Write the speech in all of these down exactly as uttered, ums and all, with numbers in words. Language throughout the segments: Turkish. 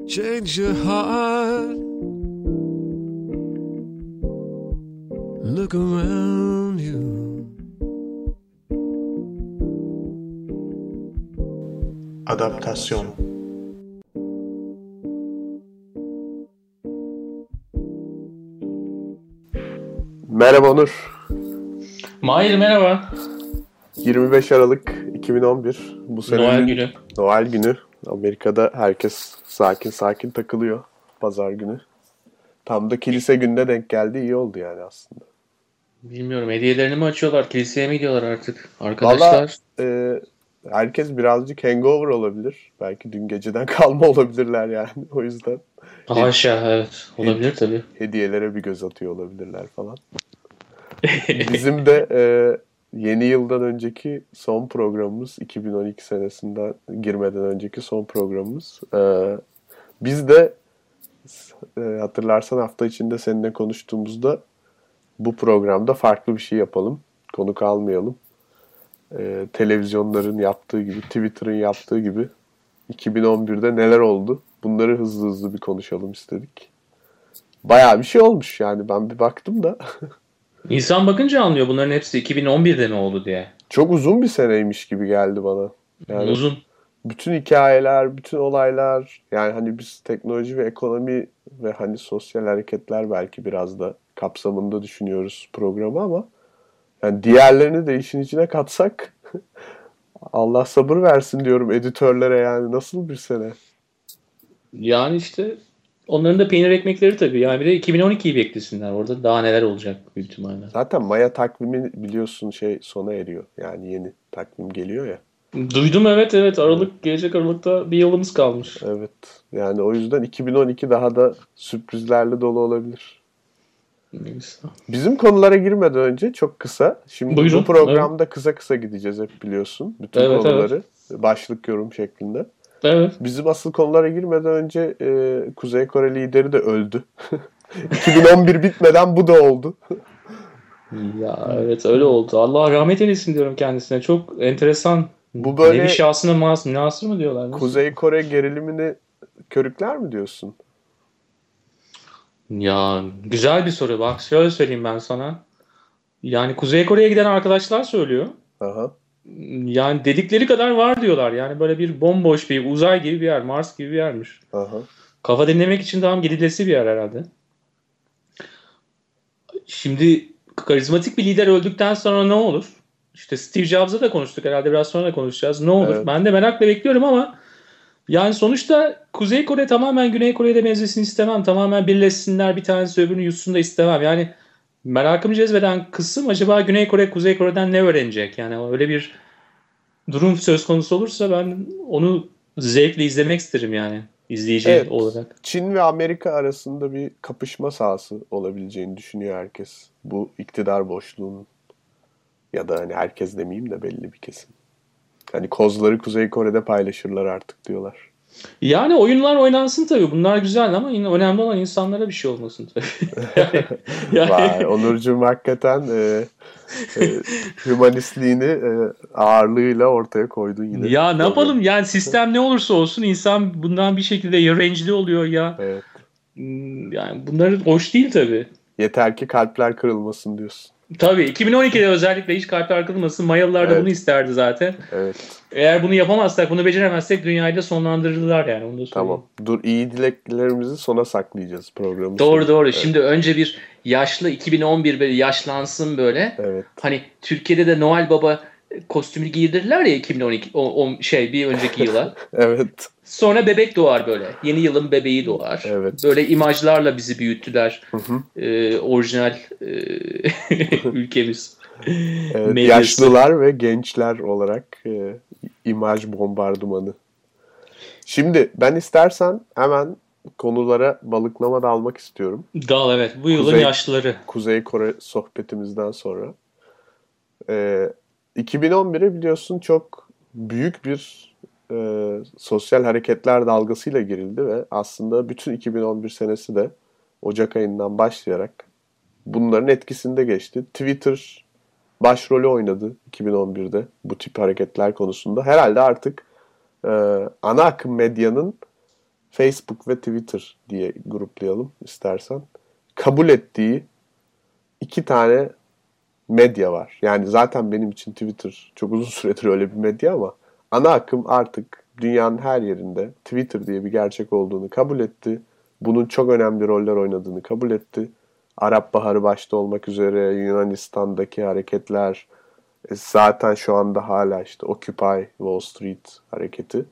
change your heart. Look around you. Adaptasyon. Merhaba Onur. Mahir merhaba. yirmi beş Aralık iki bin on bir. Bu senenin Noel günü. Noel günü. Amerika'da herkes sakin sakin takılıyor. Pazar günü. Tam da kilise gününe denk geldi. İyi oldu yani aslında. Bilmiyorum, hediyelerini mi açıyorlar? Kiliseye mi gidiyorlar artık? Arkadaşlar. Valla e, herkes birazcık hangover olabilir. Belki dün geceden kalma olabilirler yani. O yüzden. Haşa, evet. Olabilir tabii. Hediyelere bir göz atıyor olabilirler falan. Bizim de e, yeni yıldan önceki son programımız, iki bin on iki senesinden girmeden önceki son programımız. E, biz de e, hatırlarsan hafta içinde seninle konuştuğumuzda bu programda farklı bir şey yapalım. Konuk almayalım. E, televizyonların yaptığı gibi, Twitter'ın yaptığı gibi iki bin on birde neler oldu? Bunları hızlı hızlı bir konuşalım istedik. Bayağı bir şey olmuş yani, ben bir baktım da. İnsan bakınca anlıyor bunların hepsi iki bin on birde mi oldu diye. Çok uzun bir seneymiş gibi geldi bana. Yani uzun. Bütün hikayeler, bütün olaylar, yani hani biz teknoloji ve ekonomi ve hani sosyal hareketler belki biraz da kapsamında düşünüyoruz programı, ama yani diğerlerini de işin içine katsak Allah sabır versin diyorum editörlere, yani nasıl bir sene. Yani işte onların da peynir ekmekleri tabii. Yani bir de iki bin on ikiyi beklesinler. Orada daha neler olacak büyük ihtimalle. Zaten Maya takvimi biliyorsun şey sona eriyor. Yani yeni takvim geliyor ya. Duydum, evet evet. Aralık, gelecek Aralık'ta bir yılımız kalmış. Evet. Yani o yüzden iki bin on iki daha da sürprizlerle dolu olabilir. Neyse. Bizim konulara girmeden önce çok kısa. Şimdi Buyurun, bu programda evet. kısa kısa gideceğiz hep, biliyorsun. Bütün evet, konuları evet. başlık yorum şeklinde. Evet. Bizim asıl konulara girmeden önce e, Kuzey Kore lideri de öldü. iki bin on bir bitmeden bu da oldu. Ya evet, öyle oldu. Allah rahmet eylesin diyorum kendisine. Çok enteresan. Bu böyle Nevi şahsına mas münhasır mı diyorlar? Nasıl? Kuzey Kore gerilimini körükler mi diyorsun? Ya güzel bir soru. Bak şöyle söyleyeyim ben sana. Yani Kuzey Kore'ye giden arkadaşlar söylüyor. Aha. Yani dedikleri kadar var diyorlar. Yani böyle bir bomboş bir uzay gibi bir yer. Mars gibi bir yermiş. Aha. Kafa dinlemek için daha gidilesi bir yer herhalde. Şimdi karizmatik bir lider öldükten sonra ne olur? İşte Steve Jobs'la da konuştuk herhalde, biraz sonra da konuşacağız. Ne olur? Evet. Ben de merakla bekliyorum ama yani sonuçta Kuzey Kore tamamen Güney Kore'ye de benzesin istemem. Tamamen birleşsinler, bir tanesi öbürünü yutsun da istemem. Yani merakımı cezbeden kısım, acaba Güney Kore Kuzey Kore'den ne öğrenecek? Yani öyle bir durum söz konusu olursa ben onu zevkle izlemek isterim yani, izleyici Evet. olarak. Çin ve Amerika arasında bir kapışma sahası olabileceğini düşünüyor herkes. Bu iktidar boşluğunun, ya da hani herkes demeyeyim de belli bir kesim. Hani kozları Kuzey Kore'de paylaşırlar artık diyorlar. Yani oyunlar oynansın tabii. Bunlar güzel ama yine önemli olan insanlara bir şey olmasın tabii. yani, yani... Vay Onurcuğum, hakikaten e, e, hümanistliğini e, ağırlığıyla ortaya koydun yine. Ya ne yapalım yani, sistem ne olursa olsun insan bundan bir şekilde ya rencide oluyor ya. Evet. Yani bunlar hoş değil tabii. Yeter ki kalpler kırılmasın diyorsun. Tabii iki bin on ikide özellikle hiç kalpler kırılmasın. Mayalılar da evet. bunu isterdi zaten. Evet. Eğer bunu yapamazsak, bunu beceremezsek dünyayı da sonlandırırlar yani. Onu da tamam. Dur, iyi dileklerimizi sona saklayacağız programı. Doğru sonu. doğru. Evet. Şimdi önce bir yaşlı iki bin on bir böyle yaşlansın böyle. Evet. Hani Türkiye'de de Noel Baba kostümü giydirirler ya iki bin on iki o, o şey bir önceki yıla. evet. Sonra bebek doğar böyle. Yeni yılın bebeği doğar. Evet. Böyle imajlarla bizi büyüttüler. Hı hı. Ee, orijinal e, ülkemiz. Evet, yaşlılar ve gençler olarak e, imaj bombardımanı. Şimdi ben istersen hemen konulara balıklama dalmak istiyorum. Dal evet. Bu yılın Kuzey, yaşlıları. Kuzey Kore sohbetimizden sonra. E, iki bin on bire biliyorsun çok büyük bir e, sosyal hareketler dalgasıyla girildi ve aslında bütün iki bin on bir senesi de Ocak ayından başlayarak bunların etkisinde geçti. Twitter başrolü oynadı iki bin on birde bu tip hareketler konusunda. Herhalde artık e, ana akım medyanın Facebook ve Twitter diye gruplayalım istersen. Kabul ettiği iki tane medya var. Yani zaten benim için Twitter çok uzun süredir öyle bir medya ama ana akım artık dünyanın her yerinde Twitter diye bir gerçek olduğunu kabul etti. Bunun çok önemli roller oynadığını kabul etti. Arap Baharı başta olmak üzere Yunanistan'daki hareketler, zaten şu anda hala işte Occupy Wall Street hareketi.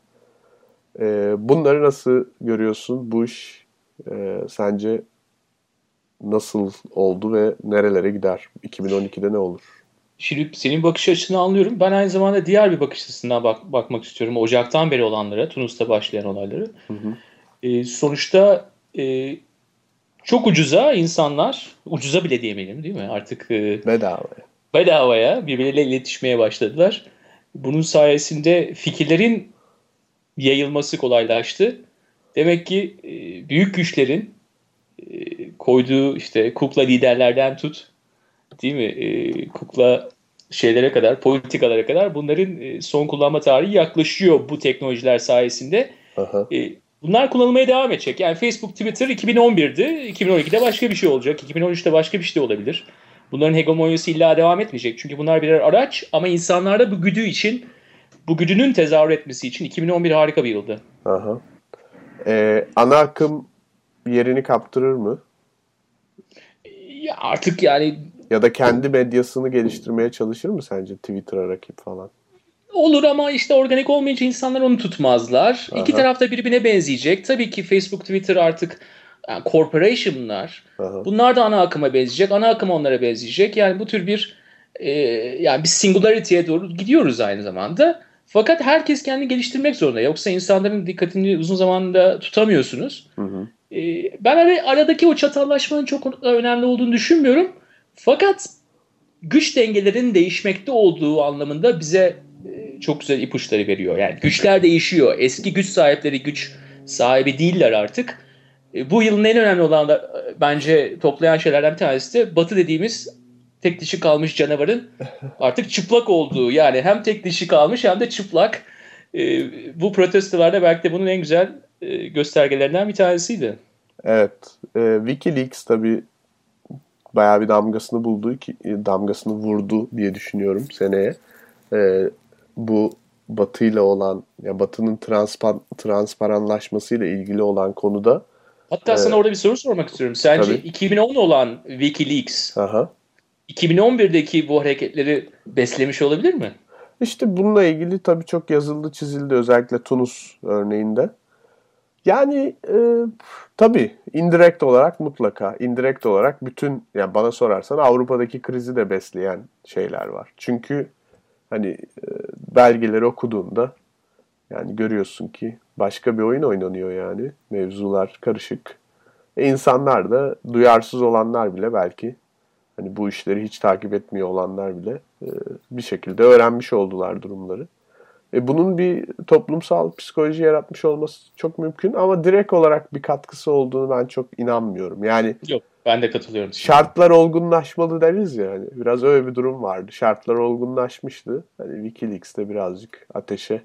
Bunları nasıl görüyorsun? Bu iş e, sence nasıl oldu ve nerelere gider? iki bin on ikide ne olur? Şimdi senin bakış açını anlıyorum. Ben aynı zamanda diğer bir bakış açısından bak, bakmak istiyorum. Ocaktan beri olanlara, Tunus'ta başlayan olayları. Hı hı. E, sonuçta e, çok ucuza insanlar, ucuza bile diyemeyelim değil mi? Artık e, bedavaya. bedavaya birbirleriyle iletişmeye başladılar. Bunun sayesinde fikirlerin yayılması kolaylaştı. Demek ki e, büyük güçlerin e, koyduğu işte kukla liderlerden tut, değil mi? E, kukla şeylere kadar, politikalara kadar bunların e, son kullanma tarihi yaklaşıyor bu teknolojiler sayesinde. E, bunlar kullanılmaya devam edecek. Yani Facebook, Twitter iki bin on birdi, iki bin on ikide başka bir şey olacak, iki bin on üçte başka bir şey de olabilir. Bunların hegemonyası illa devam etmeyecek. Çünkü bunlar birer araç ama insanlarda bu güdü için, bu güdünün tezahür etmesi için iki bin on bir harika bir yıldı. Aha. Ee, ana akım yerini kaptırır mı? Ya artık yani... Ya da kendi medyasını geliştirmeye çalışır mı sence Twitter'a rakip falan? Olur ama işte organik olmayınca insanlar onu tutmazlar. Aha. İki taraf da birbirine benzeyecek. Tabii ki Facebook, Twitter artık yani corporation'lar. Aha. Bunlar da ana akıma benzeyecek. Ana akım onlara benzeyecek. Yani bu tür bir e, yani bir singularity'ye doğru gidiyoruz aynı zamanda. Fakat herkes kendini geliştirmek zorunda. Yoksa insanların dikkatini uzun zamanda tutamıyorsunuz. Hı hı. E, ben ar- aradaki o çatallaşmanın çok önemli olduğunu düşünmüyorum. Fakat güç dengelerinin değişmekte olduğu anlamında bize e, çok güzel ipuçları veriyor. Yani güçler değişiyor. Eski güç sahipleri güç sahibi değiller artık. E, bu yılın en önemli olan da e, bence toplayan şeylerden bir tanesi de Batı dediğimiz tek dişi kalmış canavarın artık çıplak olduğu. Yani hem tek dişi kalmış hem de çıplak. E, bu protestolarda belki de bunun en güzel e, göstergelerinden bir tanesiydi. Evet. E, WikiLeaks tabii bayağı bir damgasını buldu, ki damgasını vurdu diye düşünüyorum seneye. Ee, bu Batı'yla olan, ya Batı'nın transpa- transparanlaşmasıyla ilgili olan konuda. Hatta e, sana orada bir soru sormak istiyorum. Sence tabii. iki bin on olan WikiLeaks Aha. iki bin on birdeki bu hareketleri beslemiş olabilir mi? İşte bununla ilgili tabii çok yazıldı, çizildi, özellikle Tunus örneğinde. Yani e, tabii indirekt olarak mutlaka, indirekt olarak bütün, yani bana sorarsan Avrupa'daki krizi de besleyen şeyler var. Çünkü hani e, belgeleri okuduğunda yani görüyorsun ki başka bir oyun oynanıyor yani. Mevzular karışık. E, insanlar da, duyarsız olanlar bile belki, hani bu işleri hiç takip etmiyor olanlar bile e, bir şekilde öğrenmiş oldular durumları. E bunun bir toplumsal psikoloji yaratmış olması çok mümkün ama direkt olarak bir katkısı olduğunu ben çok inanmıyorum. Yani yok, ben de katılıyorum. Şartlar olgunlaşmalı deriz ya, hani biraz öyle bir durum vardı. Şartlar olgunlaşmıştı. Hani WikiLeaks'te birazcık ateşe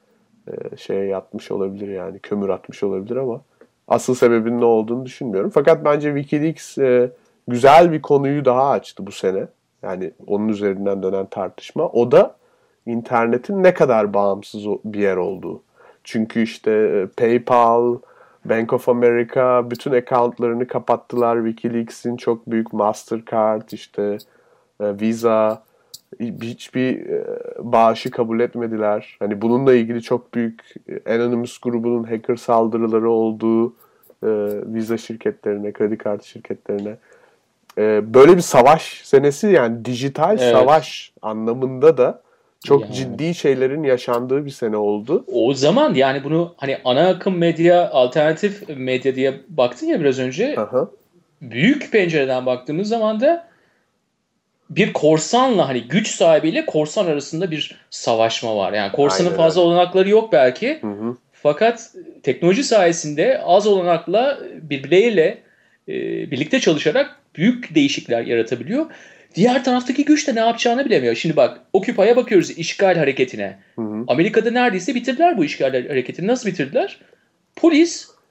e, şeye yatmış olabilir, yani kömür atmış olabilir ama asıl sebebinin ne olduğunu düşünmüyorum. Fakat bence WikiLeaks e, güzel bir konuyu daha açtı bu sene. Yani onun üzerinden dönen tartışma. O da İnternetin ne kadar bağımsız bir yer olduğu. Çünkü işte PayPal, Bank of America bütün accountlarını kapattılar. WikiLeaks'in çok büyük Mastercard, işte Visa hiçbir bağışı kabul etmediler. Hani bununla ilgili çok büyük Anonymous grubunun hacker saldırıları olduğu Visa şirketlerine, kredi kartı şirketlerine. Böyle bir savaş senesi, yani dijital evet. savaş anlamında da çok yani ciddi şeylerin yaşandığı bir sene oldu. O zaman yani bunu hani ana akım medya, alternatif medya diye baktın ya biraz önce. Aha. Büyük pencereden baktığımız zaman da bir korsanla, hani güç sahibiyle korsan arasında bir savaşma var. Yani korsanın Aynen. fazla olanakları yok belki. Hı hı. Fakat teknoloji sayesinde az olanakla birbirleriyle e, birlikte çalışarak büyük değişiklikler yaratabiliyor. Diğer taraftaki güç de ne yapacağını bilemiyor. Şimdi bak, Occupy'a bakıyoruz, işgal hareketine. Hı hı. Amerika'da neredeyse bitirdiler bu işgal hareketini. Nasıl bitirdiler? Polis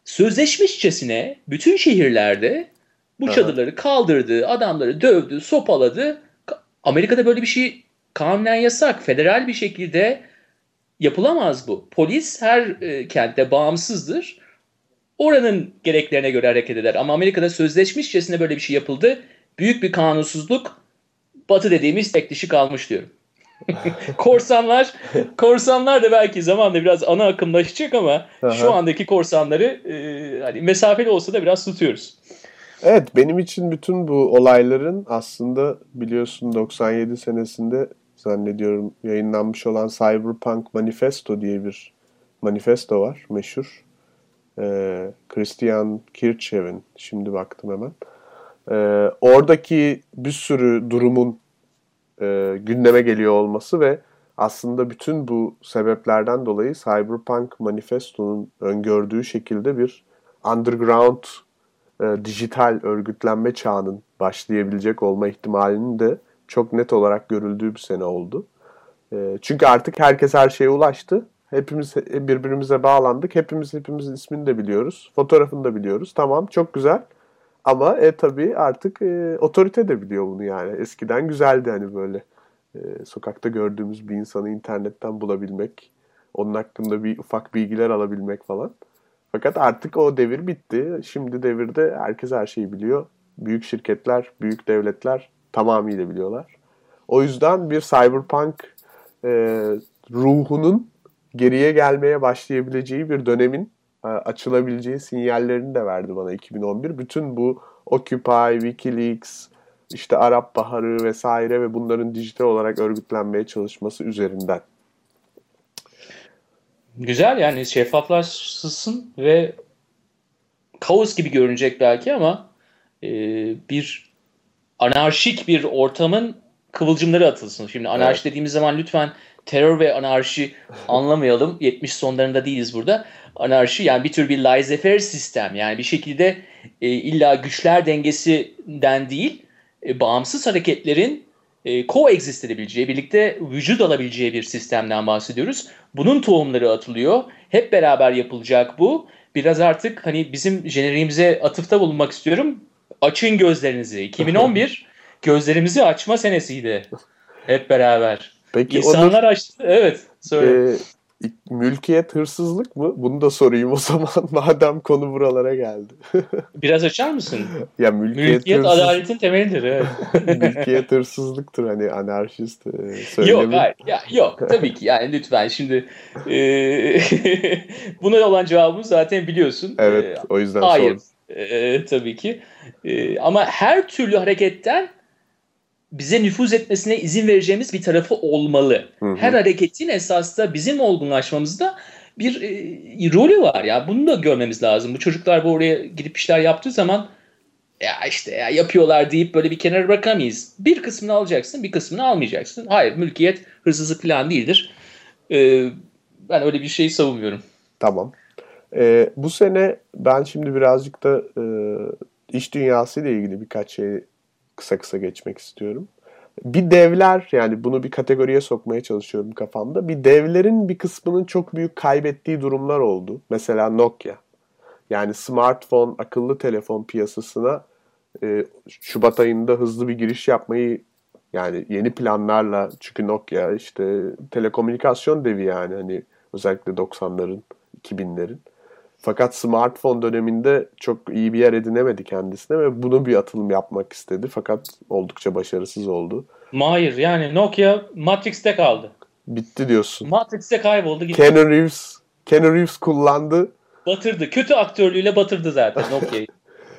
sözleşmişçesine bütün şehirlerde bu Aha. çadırları kaldırdı, adamları dövdü, sopaladı. Amerika'da böyle bir şey kanunen yasak. Federal bir şekilde yapılamaz bu. Polis her e, kentte bağımsızdır. Oranın gereklerine göre hareket eder. Ama Amerika'da sözleşmişçesine böyle bir şey yapıldı. Büyük bir kanunsuzluk. Batı dediğimiz tek dişi kalmış diyorum. korsanlar korsanlar da belki zamanla biraz ana akımlaşacak ama Aha. şu andaki korsanları e, hani mesafeli olsa da biraz tutuyoruz. Evet, benim için bütün bu olayların aslında biliyorsun doksan yedi senesinde zannediyorum yayınlanmış olan Cyberpunk Manifesto diye bir manifesto var meşhur. Ee, Christian Kirchhoff'un, şimdi baktım hemen. Ee, oradaki bir sürü durumun e, gündeme geliyor olması ve aslında bütün bu sebeplerden dolayı Cyberpunk Manifesto'nun öngördüğü şekilde bir underground e, dijital örgütlenme çağının başlayabilecek olma ihtimalinin de çok net olarak görüldüğü bir sene oldu. E, çünkü artık herkes her şeye ulaştı. Hepimiz birbirimize bağlandık. Hepimiz hepimizin ismini de biliyoruz. Fotoğrafını da biliyoruz. Tamam, çok güzel. Ama e, tabii artık e, otorite de biliyor bunu yani. Eskiden güzeldi hani böyle e, sokakta gördüğümüz bir insanı internetten bulabilmek, onun hakkında bir ufak bilgiler alabilmek falan. Fakat artık o devir bitti. Şimdi devirde herkes her şeyi biliyor. Büyük şirketler, büyük devletler tamamıyla biliyorlar. O yüzden bir cyberpunk e, ruhunun geriye gelmeye başlayabileceği bir dönemin e, açılabileceği sinyallerini de verdi bana iki bin on bir. Bütün bu Occupy, WikiLeaks, işte Arap Baharı vesaire ve bunların dijital olarak örgütlenmeye çalışması üzerinden. Güzel, yani şeffaflaşsın ve kaos gibi görünecek belki ama e, bir anarşik bir ortamın kıvılcımları atılsın. Şimdi anarşi evet. dediğimiz zaman lütfen terör ve anarşi anlamayalım. yetmiş sonlarında değiliz burada. Anarşi yani bir tür bir laissez-faire sistem. Yani bir şekilde e, illa güçler dengesinden değil, e, bağımsız hareketlerin e, coexist edebileceği, birlikte vücut alabileceği bir sistemden bahsediyoruz. Bunun tohumları atılıyor. Hep beraber yapılacak bu. Biraz artık hani bizim jeneriğimize atıfta bulunmak istiyorum. Açın gözlerinizi. iki bin on bir gözlerimizi açma senesiydi. Hep beraber. Peki, İnsanlar Onur, açtı. Evet. Söyle. E, mülkiyet hırsızlık mı? Bunu da sorayım o zaman madem konu buralara geldi. Biraz açar mısın? Ya mülkiyet, mülkiyet hırsız... adaletin temelidir. Evet. Mülkiyet hırsızlıktır hani anarşist e, söylemi. Yok hayır. Ya, yok tabii ki yani lütfen şimdi e, buna olan cevabımı zaten biliyorsun. Evet, e, o yüzden hayır. sordum. E, tabii ki. E, ama her türlü hareketten bize nüfuz etmesine izin vereceğimiz bir tarafı olmalı. Hı hı. Her hareketin esasında bizim olgunlaşmamızda bir e, rolü var ya. Bunu da görmemiz lazım. Bu çocuklar bu oraya gidip işler yaptığı zaman ya işte ya yapıyorlar deyip böyle bir kenara bırakamayız. Bir kısmını alacaksın, bir kısmını almayacaksın. Hayır, mülkiyet hırsızlık falan değildir. Ee, ben öyle bir şey savunmuyorum. Tamam. Ee, bu sene ben şimdi birazcık da e, iş dünyasıyla ilgili birkaç şey kısa kısa geçmek istiyorum. Bir devler, yani bunu bir kategoriye sokmaya çalışıyorum kafamda. Bir devlerin bir kısmının çok büyük kaybettiği durumlar oldu. Mesela Nokia. Yani smartphone, akıllı telefon piyasasına e, Şubat ayında hızlı bir giriş yapmayı, yani yeni planlarla, çünkü Nokia işte telekomünikasyon devi yani hani özellikle doksanların, iki binlerin. Fakat smartphone döneminde çok iyi bir yer edinemedi kendisine ve bunu bir atılım yapmak istedi. Fakat oldukça başarısız oldu. Hayır, yani Nokia Matrix'te kaldı. Bitti diyorsun. Matrix'te kayboldu gitti. Keanu Reeves, Keanu Reeves kullandı. Batırdı. Kötü aktörlüğüyle batırdı zaten Nokia'yı.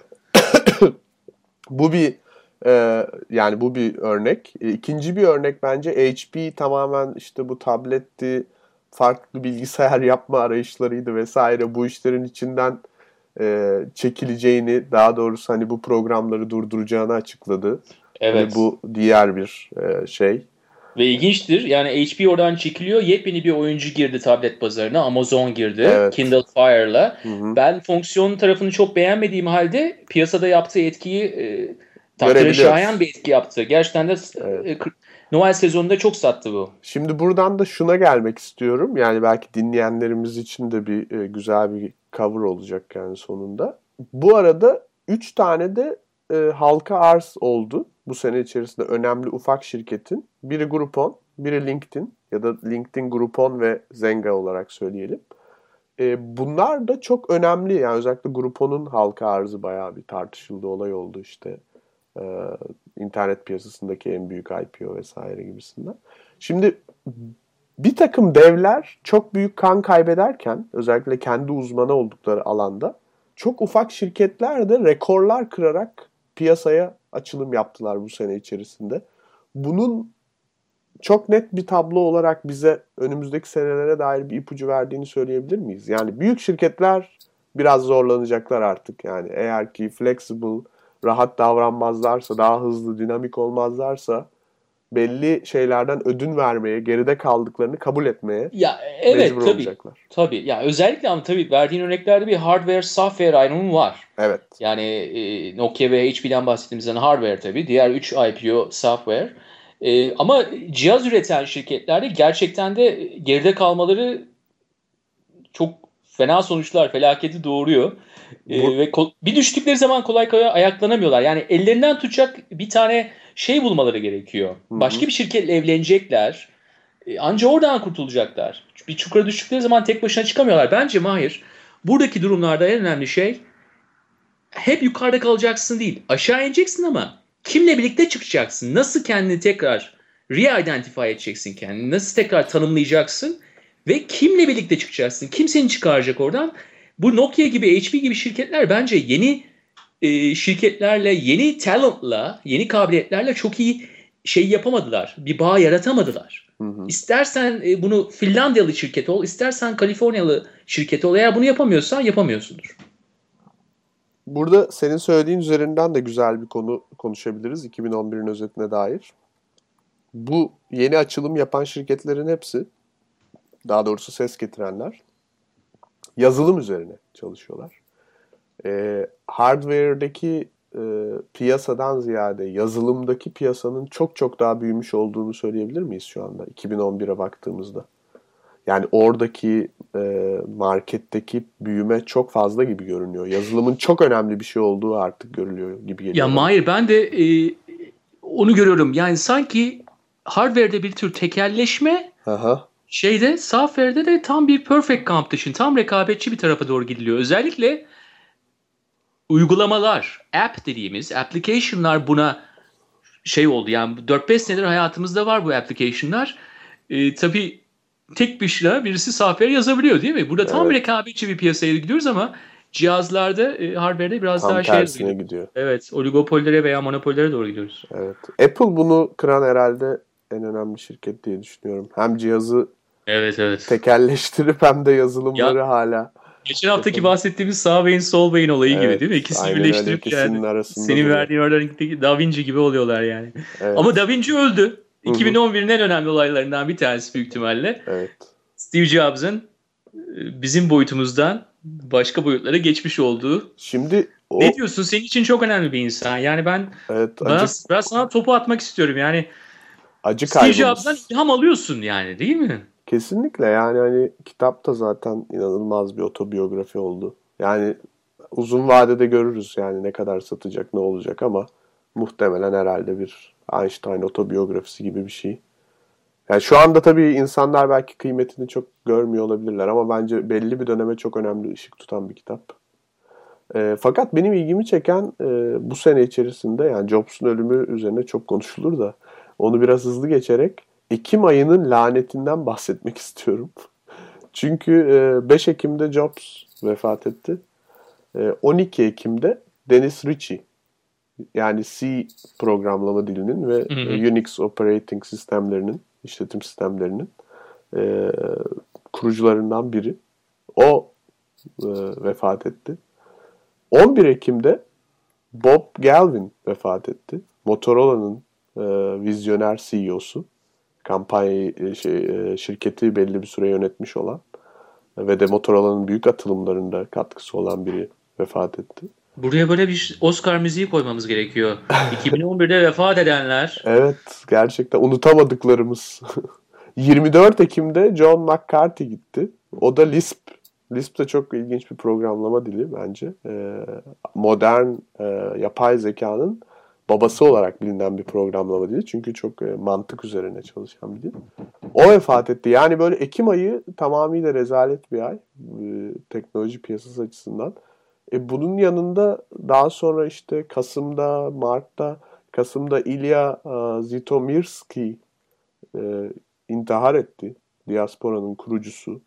Bu bir e, yani bu bir örnek. E, ikinci bir örnek bence H P tamamen işte bu tabletti, farklı bilgisayar yapma arayışlarıydı vesaire, bu işlerin içinden e, çekileceğini, daha doğrusu hani bu programları durduracağını açıkladı. Evet. Hani bu diğer bir e, şey. Ve ilginçtir. Yani H P oradan çekiliyor. Yepyeni bir oyuncu girdi tablet pazarına. Amazon girdi. Evet. Kindle Fire'la. Hı hı. Ben fonksiyon tarafını çok beğenmediğim halde piyasada yaptığı etkiyi e, takdire şayan bir etki yaptı. Gerçekten de evet. e, Noel sezonunda çok sattı bu. Şimdi buradan da şuna gelmek istiyorum. Yani belki dinleyenlerimiz için de bir e, güzel bir cover olacak yani sonunda. Bu arada üç tane de e, halka arz oldu bu sene içerisinde önemli ufak şirketin. Biri Groupon, biri LinkedIn ya da LinkedIn, Groupon ve Zenga olarak söyleyelim. E, bunlar da çok önemli. Yani özellikle Groupon'un halka arzı bayağı bir tartışıldı, olay oldu işte. E, internet piyasasındaki en büyük I P O vesaire gibisinden. Şimdi bir takım devler çok büyük kan kaybederken özellikle kendi uzmanı oldukları alanda çok ufak şirketler de rekorlar kırarak piyasaya açılım yaptılar bu sene içerisinde. Bunun çok net bir tablo olarak bize önümüzdeki senelere dair bir ipucu verdiğini söyleyebilir miyiz? Yani büyük şirketler biraz zorlanacaklar artık. Yani eğer ki flexible, rahat davranmazlarsa, daha hızlı, dinamik olmazlarsa belli şeylerden ödün vermeye, geride kaldıklarını kabul etmeye ya, evet, mecbur tabii, olacaklar. Tabii. Ya özellikle ama tabii verdiğin örneklerde bir hardware, software ayrımı var. Evet. Yani e, Nokia ve H P'den bahsettiğimizden hardware tabii. Diğer üç I P O software. E, ama cihaz üreten şirketlerde gerçekten de geride kalmaları çok fena sonuçlar, felaketi doğuruyor. E, Bu... ve kol- bir düştükleri zaman kolay kolay ayaklanamıyorlar. Yani ellerinden tutacak bir tane şey bulmaları gerekiyor. Hı-hı. Başka bir şirketle evlenecekler. E, anca oradan kurtulacaklar. Bir çukura düştükleri zaman tek başına çıkamıyorlar. Bence Mahir, buradaki durumlarda en önemli şey hep yukarıda kalacaksın değil. Aşağı ineceksin ama kimle birlikte çıkacaksın? Nasıl kendini tekrar re-identify edeceksin kendini? Nasıl tekrar tanımlayacaksın? Ve kimle birlikte çıkacaksın? Kim seni çıkaracak oradan? Bu Nokia gibi, H P gibi şirketler bence yeni e, şirketlerle, yeni talentla, yeni kabiliyetlerle çok iyi şey yapamadılar. Bir bağ yaratamadılar. Hı hı. İstersen e, bunu Finlandiyalı şirket ol, istersen Kaliforniyalı şirket ol. Eğer bunu yapamıyorsan yapamıyorsundur. Burada senin söylediğin üzerinden de güzel bir konu konuşabiliriz iki bin on birin özetine dair. Bu yeni açılım yapan şirketlerin hepsi, daha doğrusu ses getirenler, yazılım üzerine çalışıyorlar. Ee, hardware'daki e, piyasadan ziyade yazılımdaki piyasanın çok çok daha büyümüş olduğunu söyleyebilir miyiz şu anda iki bin on bire baktığımızda? Yani oradaki e, marketteki büyüme çok fazla gibi görünüyor. Yazılımın çok önemli bir şey olduğu artık görülüyor gibi geliyor. Ya Mahir, ben de e, onu görüyorum. Yani sanki hardware'de bir tür tekelleşme, Aha. şeyde, software'de de tam bir perfect competition, tam rekabetçi bir tarafa doğru gidiliyor. Özellikle uygulamalar, app dediğimiz application'lar buna şey oldu. Yani dört beş senedir hayatımızda var bu application'lar. E, tabii tek başına birisi software yazabiliyor değil mi? Burada tam Evet. rekabetçi bir piyasaya gidiyoruz ama cihazlarda, e, hardware'de biraz tam daha şey tersine gidiyor. Evet, oligopollere veya monopollere doğru gidiyoruz. Evet. Apple bunu kıran herhalde en önemli şirket diye düşünüyorum. Hem cihazı Evet, evet. tekelleştirip hem de yazılımları Ya, hala. Geçen haftaki bahsettiğimiz sağ beyin sol beyin olayı Evet, gibi değil mi? İkisini aynen öyle. birleştirip İkisinin yani arasında senin duruyor. verdiğin örnekteki Da Vinci gibi oluyorlar yani. Evet. Ama Da Vinci öldü. Hı hı. iki bin on birin en önemli olaylarından bir tanesi büyük ihtimalle. Evet. Steve Jobs'ın bizim boyutumuzdan başka boyutlara geçmiş olduğu. Şimdi o... Ne diyorsun? Senin için çok önemli bir insan. Yani ben Evet, bana, acı... ben sana topu atmak istiyorum. Yani acı Steve kaybımız. Jobs'dan ilham alıyorsun yani, değil mi? Kesinlikle, yani hani kitap da zaten inanılmaz bir otobiyografi oldu. Yani uzun vadede görürüz yani ne kadar satacak, ne olacak ama muhtemelen herhalde bir Einstein otobiyografisi gibi bir şey. Yani şu anda tabii insanlar belki kıymetini çok görmüyor olabilirler ama bence belli bir döneme çok önemli ışık tutan bir kitap. E, fakat benim ilgimi çeken e, bu sene içerisinde, yani Jobs'un ölümü üzerine çok konuşulur da onu biraz hızlı geçerek Ekim ayının lanetinden bahsetmek istiyorum. Çünkü e, beş Ekim'de Jobs vefat etti. E, on iki Ekim'de Dennis Ritchie, yani C programlama dilinin ve hı hı. Unix operating sistemlerinin, işletim sistemlerinin e, kurucularından biri. O e, vefat etti. on bir Ekim'de Bob Galvin vefat etti. Motorola'nın e, vizyoner C E O'su. Kampanya şey, şirketi belli bir süre yönetmiş olan ve de Motorola'nın büyük atılımlarında katkısı olan biri vefat etti. Buraya böyle bir Oscar müziği koymamız gerekiyor. iki bin on birde vefat edenler. Evet, gerçekten unutamadıklarımız. yirmi dört Ekim'de John McCarthy gitti. O da Lisp Lisp de çok ilginç bir programlama dili bence. Ee, modern e, yapay zekanın babası olarak bilinen bir programlama dili. Çünkü çok e, mantık üzerine çalışan bir dil. O vefat etti. Yani böyle Ekim ayı tamamıyla rezalet bir ay. E, teknoloji piyasası açısından. E, bunun yanında daha sonra işte Kasım'da, Mart'ta, Kasım'da Ilya e, Zitomirski e, intihar etti. Diaspora'nın kurucusu.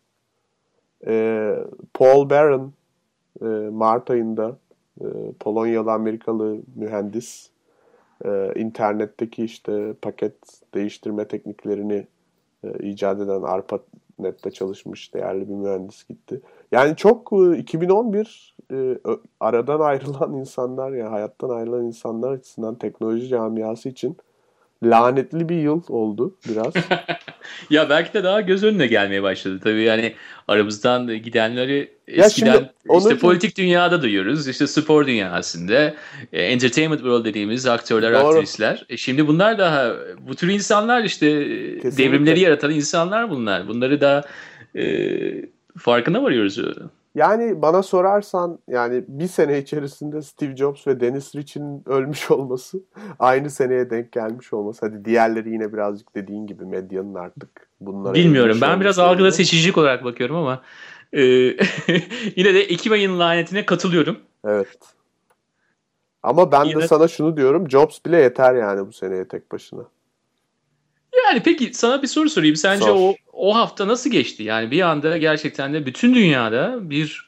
E, Paul Barron e, Mart ayında e, Polonyalı Amerikalı mühendis e, internetteki işte paket değiştirme tekniklerini e, icat eden ARPANET'te çalışmış değerli bir mühendis gitti. Yani çok e, iki bin on bir e, aradan ayrılan insanlar ya hayattan ayrılan insanlar açısından teknoloji camiası için lanetli bir yıl oldu biraz. Ya belki de daha göz önüne gelmeye başladı tabii. Yani aramızdan gidenleri Ya şimdi eskiden işte Onurcuğum, politik dünyada duyuyoruz. İşte spor dünyasında, e, entertainment world dediğimiz aktörler, doğru. aktrisler. E şimdi bunlar daha bu tür insanlar işte e, Kesinlikle. devrimleri yaratan insanlar bunlar. Bunları da e, farkına varıyoruz. Yani bana sorarsan yani bir sene içerisinde Steve Jobs ve Dennis Ritchie'nin ölmüş olması aynı seneye denk gelmiş olması. Hadi diğerleri yine birazcık dediğin gibi medyanın artık bunlara Bilmiyorum. eğilmiş Ben biraz olması algıda nedeniyle. seçicilik olarak bakıyorum ama e, yine de Ekim ayının lanetine katılıyorum. Evet. Ama ben de Yine sana şunu diyorum. Jobs bile yeter yani bu seneye tek başına. Yani peki sana bir soru sorayım. Sence Sor. o o hafta nasıl geçti? Yani bir anda gerçekten de bütün dünyada bir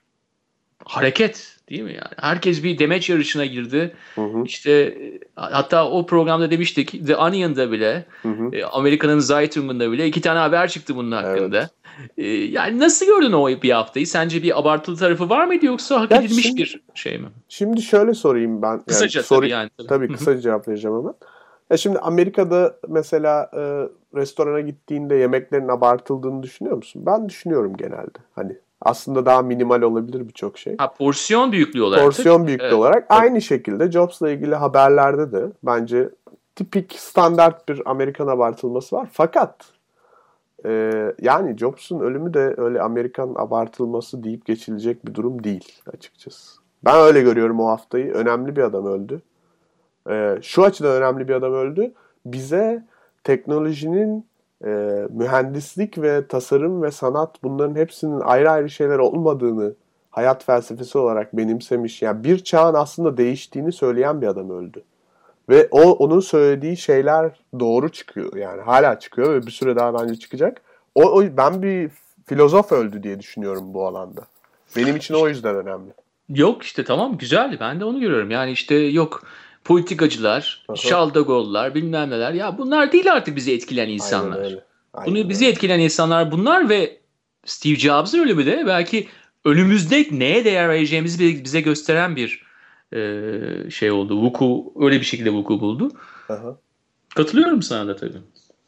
hareket değil mi yani? Herkes bir demeç yarışına girdi. Hı hı. İşte e, hatta o programda demiştik The Onion'da bile Hı hı. e, Amerika'nın Zeitung'unda bile iki tane haber çıktı bunun hakkında. Evet. E, Yani nasıl gördün o bir haftayı? Sence bir abartılı tarafı var mıydı yoksa hak Ya edilmiş şimdi bir şey mi? şimdi şöyle sorayım ben. Yani Kısaca soru tabii yani. Tabii. tabii kısaca cevap vereceğim hemen. Ya şimdi Amerika'da mesela e, restorana gittiğinde yemeklerin abartıldığını düşünüyor musun? Ben düşünüyorum genelde. Hani aslında daha minimal olabilir birçok şey. Ha, porsiyon büyüklüğü olarak. Porsiyon büyüklüğü Evet. olarak aynı şekilde Jobs'la ilgili haberlerde de bence tipik standart bir Amerikan abartılması var. Fakat e, yani Jobs'un ölümü de öyle Amerikan abartılması deyip geçilecek bir durum değil açıkçası. Ben öyle görüyorum o haftayı. Önemli bir adam öldü. E, şu açıdan önemli bir adam öldü. Bize teknolojinin e, mühendislik ve tasarım ve sanat bunların hepsinin ayrı ayrı şeyler olmadığını hayat felsefesi olarak benimsemiş. Yani bir çağın aslında değiştiğini söyleyen bir adam öldü. Ve o onun söylediği şeyler doğru çıkıyor. Yani hala çıkıyor ve bir süre daha bence çıkacak. O, o ben bir filozof öldü diye düşünüyorum bu alanda. Benim için o yüzden önemli. Yok işte tamam güzeldi. Ben de onu görüyorum. Yani işte yok politikacılar, Aha. Charles de Gaulle'lar bilmem neler. Ya bunlar değil artık bizi etkileyen Aynen insanlar. öyle. Aynen Bunu bizi öyle. etkileyen insanlar bunlar ve Steve Jobs'ın ölümü de belki önümüzde neye değer vereceğimizi bize gösteren bir e, şey oldu. Vuku öyle bir şekilde vuku buldu. Aha. Katılıyorum sana da tabii.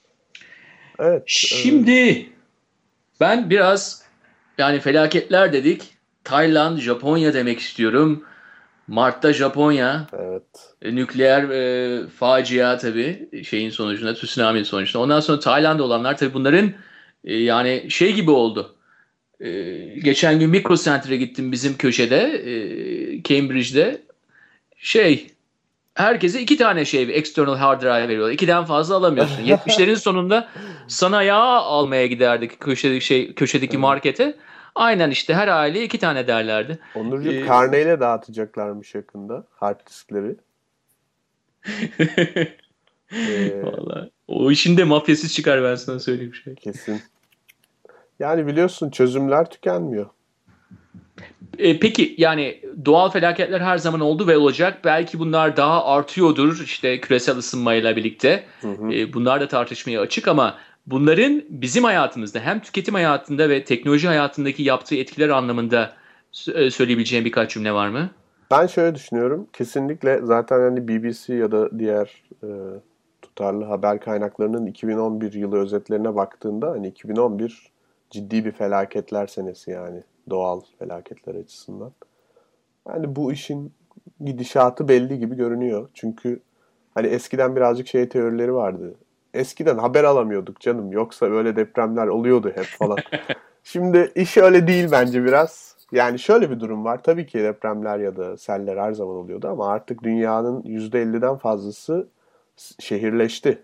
Evet. e, Şimdi ben biraz yani felaketler dedik. Tayland, Japonya demek istiyorum. Mart'ta Japonya. Evet. E, Nükleer e, facia tabii şeyin sonucunda, tsunami'nin sonucunda. Ondan sonra Tayland'da olanlar tabii bunların e, yani şey gibi oldu. E, geçen gün Micro Center'e gittim bizim köşede, e, Cambridge'de. Şey, herkese iki tane şey external hard drive veriyorlar. İkiden fazla alamıyorsun. yetmişlerin sonunda sana yağ almaya giderdik köşedeki şey köşedeki markete. Aynen işte her aileye iki tane derlerdi. Onurcuğum E, karneyle dağıtacaklarmış yakında hard diskleri. Ee, Vallahi o işin de mafyası çıkar ben sana söyleyeyim şey. kesin. Yani biliyorsun çözümler tükenmiyor. E, peki yani doğal felaketler her zaman oldu ve olacak. Belki bunlar daha artıyordur işte küresel ısınmayla birlikte. Hı hı. E, bunlar da tartışmaya açık ama bunların bizim hayatımızda hem tüketim hayatında ve teknoloji hayatındaki yaptığı etkiler anlamında e, söyleyebileceğim birkaç cümle var mı? Ben şöyle düşünüyorum. Kesinlikle zaten hani B B C ya da diğer e, tutarlı haber kaynaklarının iki bin on bir yılı özetlerine baktığında hani iki bin on bir ciddi bir felaketler senesi yani doğal felaketler açısından. Yani bu işin gidişatı belli gibi görünüyor. Çünkü hani eskiden birazcık şey teorileri vardı. Eskiden haber alamıyorduk canım. Yoksa öyle depremler oluyordu hep falan. Şimdi iş öyle değil bence biraz. Yani şöyle bir durum var. Tabii ki depremler ya da seller her zaman oluyordu ama artık dünyanın yüzde elliden fazlası şehirleşti.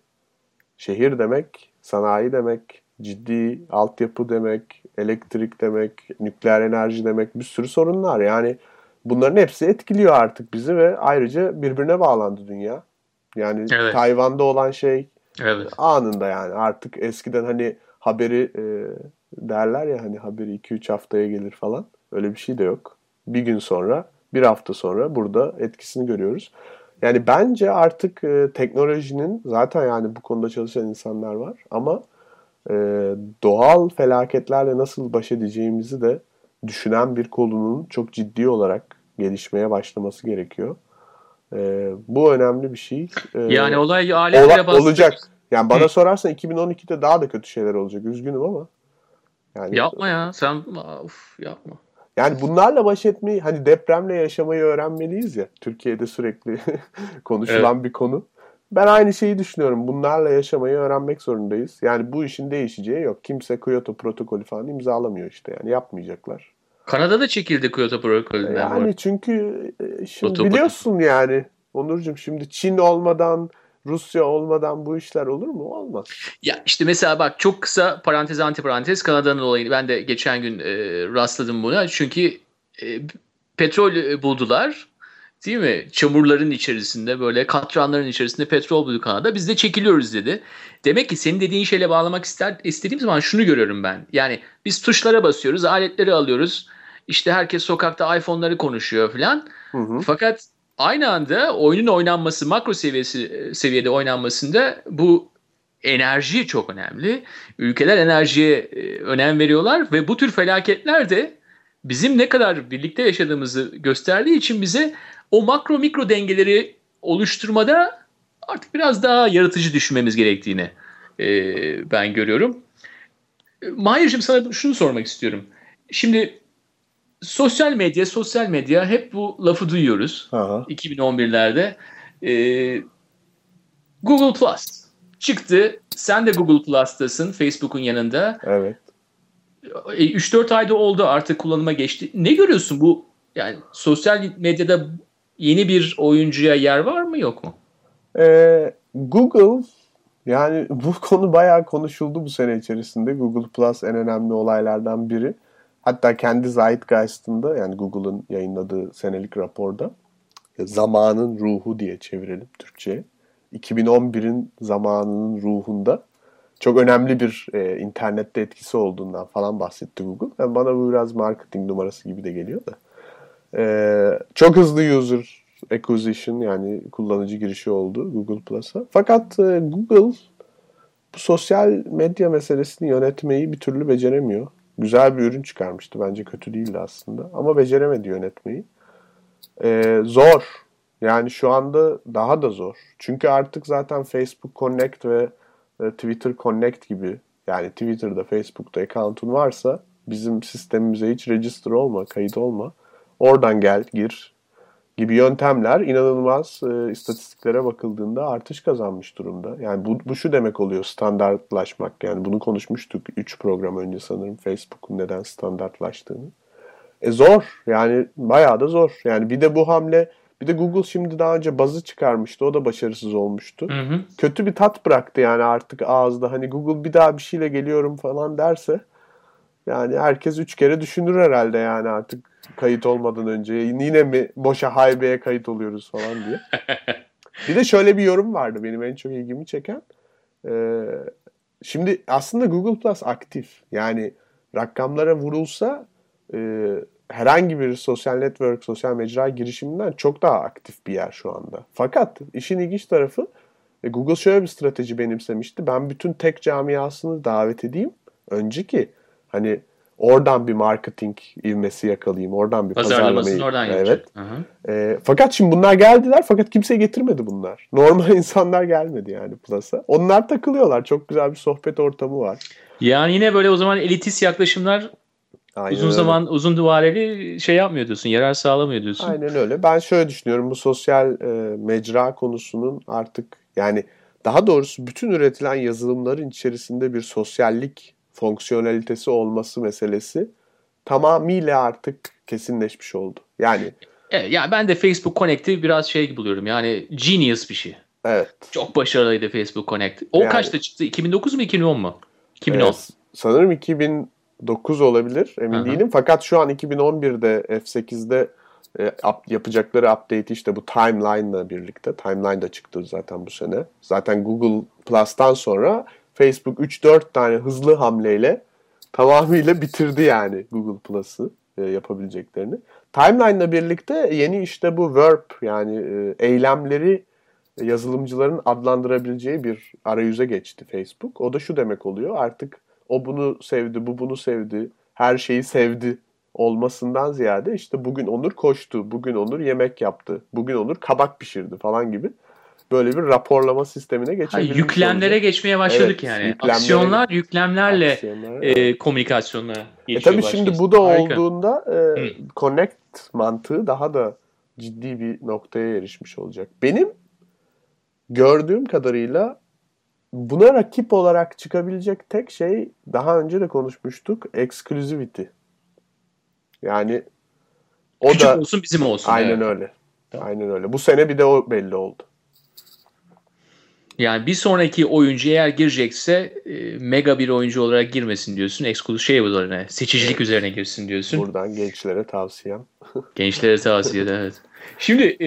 Şehir demek, sanayi demek, ciddi altyapı demek, elektrik demek, nükleer enerji demek, bir sürü sorunlar. Yani bunların hepsi etkiliyor artık bizi ve ayrıca birbirine bağlandı dünya. Yani Evet. Tayvan'da olan şey Evet. anında yani artık eskiden hani haberi e, derler ya hani haberi iki üç haftaya gelir falan. Öyle bir şey de yok. Bir gün sonra, bir hafta sonra burada etkisini görüyoruz. Yani bence artık e, teknolojinin zaten yani bu konuda çalışan insanlar var ama e, doğal felaketlerle nasıl baş edeceğimizi de düşünen bir kolunun çok ciddi olarak gelişmeye başlaması gerekiyor. E, bu önemli bir şey. E, Yani olay aletle ola- bastı. olacak. Yani bana Hı. sorarsan iki bin on ikide daha da kötü şeyler olacak. Üzgünüm ama. Yani Yapma ya. Sen of, yapma. yani bunlarla baş etmeyi hani depremle yaşamayı öğrenmeliyiz ya. Türkiye'de sürekli konuşulan Evet. bir konu. Ben aynı şeyi düşünüyorum. Bunlarla yaşamayı öğrenmek zorundayız. Yani bu işin değişeceği yok. Kimse Kyoto protokolü falan imzalamıyor işte yani yapmayacaklar. Kanada'da çekildi Kyoto protokolünden bu arada. Yani çünkü e, şimdi Protokol. biliyorsun yani Onurcuğum şimdi Çin olmadan Rusya olmadan bu işler olur mu? Olmaz. Ya işte mesela bak çok kısa parantez antiparantez Kanada'nın olayını ben de geçen gün e, rastladım buna. Çünkü e, petrol e, buldular. Değil mi? Çamurların içerisinde böyle katranların içerisinde petrol buldu Kanada. Biz de çekiliyoruz dedi. Demek ki senin dediğin şeyle bağlamak ister, istediğim zaman şunu görüyorum ben. Yani biz tuşlara basıyoruz, aletleri alıyoruz. İşte herkes sokakta iPhone'ları konuşuyor falan. Hı hı. Fakat aynı anda oyunun oynanması, makro seviyesi seviyede oynanmasında bu enerji çok önemli. Ülkeler enerjiye e, önem veriyorlar ve bu tür felaketler de bizim ne kadar birlikte yaşadığımızı gösterdiği için bize o makro mikro dengeleri oluşturmada artık biraz daha yaratıcı düşünmemiz gerektiğini e, ben görüyorum. E, Mahir'cim sana şunu sormak istiyorum. Şimdi sosyal medya, sosyal medya hep bu lafı duyuyoruz. Aha. iki bin on birlerde e, Google Plus çıktı. Sen de Google Plus'tasın Facebook'un yanında. Evet. üç dört ayda oldu artık kullanıma geçti. Ne görüyorsun bu yani sosyal medyada yeni bir oyuncuya yer var mı yok mu? Ee, Google yani bu konu bayağı konuşuldu bu sene içerisinde. Google Plus en önemli olaylardan biri. Hatta kendi Zeitgeist'ında yani Google'ın yayınladığı senelik raporda zamanın ruhu diye çevirelim Türkçe'ye. iki bin on birin zamanının ruhunda çok önemli bir e, internette etkisi olduğundan falan bahsetti Google. Yani bana bu biraz marketing numarası gibi de geliyor da. E, çok hızlı user acquisition yani kullanıcı girişi oldu Google Plus'a. Fakat e, Google bu sosyal medya meselesini yönetmeyi bir türlü beceremiyor. Güzel bir ürün çıkarmıştı. Bence kötü değildi aslında. Ama beceremedi yönetmeyi. Ee, zor. Yani şu anda daha da zor. Çünkü artık zaten Facebook Connect ve e, Twitter Connect gibi yani Twitter'da, Facebook'ta account'un varsa bizim sistemimize hiç register olma, kayıt olma. Oradan gel, gir gibi yöntemler inanılmaz e, istatistiklere bakıldığında artış kazanmış durumda. Yani bu, bu şu demek oluyor standartlaşmak. Yani bunu konuşmuştuk üç program önce sanırım Facebook'un neden standartlaştığını. E zor yani bayağı da zor. Yani bir de bu hamle bir de Google şimdi daha önce Buzz'ı çıkarmıştı. O da başarısız olmuştu. Hı hı. Kötü bir tat bıraktı yani artık ağızda. Hani Google bir daha bir şeyle geliyorum falan derse yani herkes üç kere düşünür herhalde yani artık kayıt olmadan önce. Yine mi boşa haybeye kayıt oluyoruz falan diye. Bir de şöyle bir yorum vardı benim en çok ilgimi çeken. Ee, şimdi aslında Google Plus aktif. Yani rakamlara vurulsa e, herhangi bir sosyal network, sosyal mecra girişiminden çok daha aktif bir yer şu anda. Fakat işin ilginç tarafı e, Google şöyle bir strateji benimsemişti. Ben bütün tech camiasını davet edeyim. Önceki hani oradan bir marketing ivmesi yakalayayım. Oradan bir Pazarlamasını pazarlamayı. oradan Evet. yapacak. Hı hı. E, fakat şimdi bunlar geldiler fakat kimse getirmedi bunlar. Normal insanlar gelmedi yani Plus'a. Onlar takılıyorlar. Çok güzel bir sohbet ortamı var. Yani yine böyle o zaman elitist yaklaşımlar Aynen uzun öyle. zaman uzun duvareli şey yapmıyor diyorsun. Yarar sağlamıyor diyorsun. Aynen öyle. Ben şöyle düşünüyorum. Bu sosyal e, mecra konusunun artık yani daha doğrusu bütün üretilen yazılımların içerisinde bir sosyallik fonksiyonalitesi olması meselesi tamamıyla artık kesinleşmiş oldu. Yani evet, yani ben de Facebook Connect'i biraz şey gibi buluyorum. Yani genius bir şey. evet. Çok başarılıydı Facebook Connect. O Yani, kaçta çıktı? iki bin dokuz mu iki bin on mu? iki bin on. E, sanırım iki bin dokuz olabilir. Emin Hı-hı. değilim. Fakat şu an iki bin on birde F sekizde e, up, yapacakları update işte bu Timeline'la birlikte. Timeline da çıktı zaten bu sene. Zaten Google Plus'tan sonra Facebook üç dört tane hızlı hamleyle tamamıyla bitirdi yani Google Plus'ı e, yapabileceklerini. Timeline'la birlikte yeni işte bu verb yani e, eylemleri yazılımcıların adlandırabileceği bir arayüze geçti Facebook. O da şu demek oluyor. Artık o bunu sevdi, bu bunu sevdi, her şeyi sevdi olmasından ziyade işte bugün Onur koştu, bugün Onur yemek yaptı, bugün Onur kabak pişirdi falan gibi böyle bir raporlama sistemine geçebilmiş. Yüklemlere olacak. Geçmeye başladık evet, yani. Aksiyonlar yüklemlerle aksiyonlar, e, evet. komunikasyonla geçiyor. E tabii şimdi bu da Harika. olduğunda e, Connect mantığı daha da ciddi bir noktaya erişmiş olacak. Benim gördüğüm kadarıyla buna rakip olarak çıkabilecek tek şey daha önce de konuşmuştuk. Exclusivity. Yani o Küçük da olsun bizim olsun. Aynen evet. öyle. Tamam. Aynen öyle. Bu sene bir de o belli oldu. Yani bir sonraki oyuncu eğer girecekse e, mega bir oyuncu olarak girmesin diyorsun. Eksklusif şey üzerine, seçicilik evet. üzerine girsin diyorsun. Buradan gençlere tavsiyem. Gençlere tavsiye evet. Şimdi e,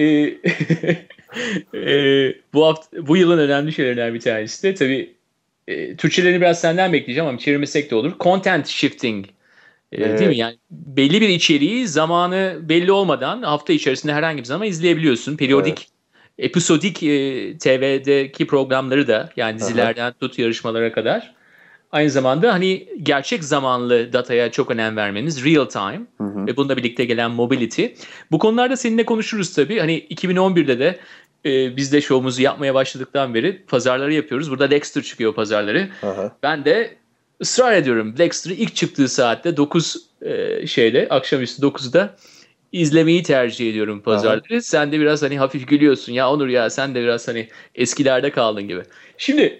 e, bu hafta, bu yılın önemli şeylerinden bir tanesi de tabii e, Türkçelerini biraz senden bekleyeceğim ama çevirmesek de olur. Content shifting. E, evet. Değil mi? Yani belli bir içeriği zamanı belli olmadan hafta içerisinde herhangi bir zaman izleyebiliyorsun. Periyodik evet. Episodik e, T V'deki programları da yani dizilerden Aha. tut yarışmalara kadar. Aynı zamanda hani gerçek zamanlı dataya çok önem vermeniz real time hı hı. ve bununla birlikte gelen mobility. Bu konularda seninle konuşuruz tabii. Hani iki bin on birde de e, biz de şovumuzu yapmaya başladıktan beri pazarları yapıyoruz. Burada Dexter çıkıyor pazarları. Aha. Ben de ısrar ediyorum. Dexter'ı ilk çıktığı saatte dokuz e, şeyde akşamüstü dokuzda izlemeyi tercih ediyorum pazarları. Aha. Sen de biraz hani hafif gülüyorsun. Ya Onur ya sen de biraz hani eskilerde kaldın gibi. Şimdi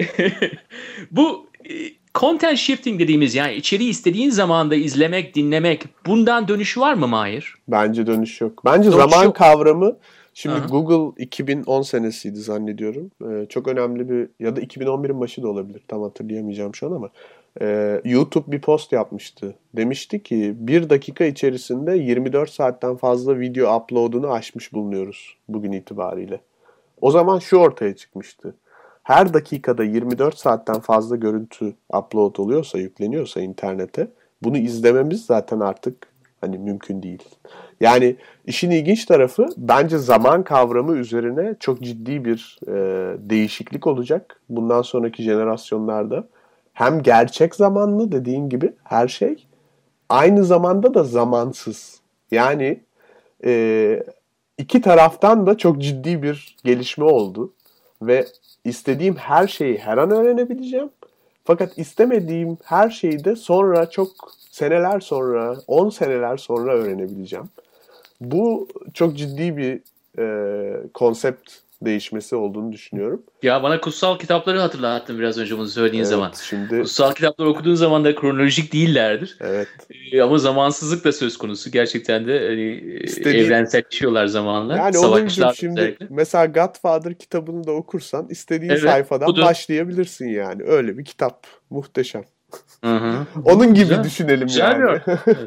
bu content shifting dediğimiz yani içeriği istediğin zamanda izlemek, dinlemek bundan dönüş var mı Mahir? Bence dönüş yok. Bence dönüş zaman yok. Kavramı şimdi Aha. Google iki bin on senesiydi zannediyorum. Ee, çok önemli bir ya da iki bin on birin başı da olabilir. Tam hatırlayamayacağım şu an ama Ee, YouTube bir post yapmıştı. Demişti ki bir dakika içerisinde yirmi dört saatten fazla video upload'unu aşmış bulunuyoruz bugün itibariyle. O zaman şu ortaya çıkmıştı. Her dakikada yirmi dört saatten fazla görüntü upload oluyorsa, yükleniyorsa internete bunu izlememiz zaten artık hani mümkün değil. Yani işin ilginç tarafı bence zaman kavramı üzerine çok ciddi bir e, değişiklik olacak bundan sonraki jenerasyonlarda. Hem gerçek zamanlı dediğin gibi her şey aynı zamanda da zamansız. Yani e, iki taraftan da çok ciddi bir gelişme oldu. Ve istediğim her şeyi her an öğrenebileceğim. Fakat istemediğim her şeyi de sonra çok seneler sonra, on seneler sonra öğrenebileceğim. Bu çok ciddi bir e, konsept değişmesi olduğunu düşünüyorum. Ya bana kutsal kitapları hatırlattın biraz önce bunu söylediğin evet, zaman. Şimdi... Kutsal kitapları okuduğun zaman da kronolojik değillerdir. Evet. Ee, ama zamansızlık da söz konusu. Gerçekten de hani, İstediğin... evrenselleşiyorlar zamanla. Yani Onurcuğum şimdi özellikle. Mesela Godfather kitabını da okursan istediğin evet, sayfadan budur. başlayabilirsin yani. Öyle bir kitap. Muhteşem. Hı hı. Onun gibi Güzel. düşünelim Güzel yani.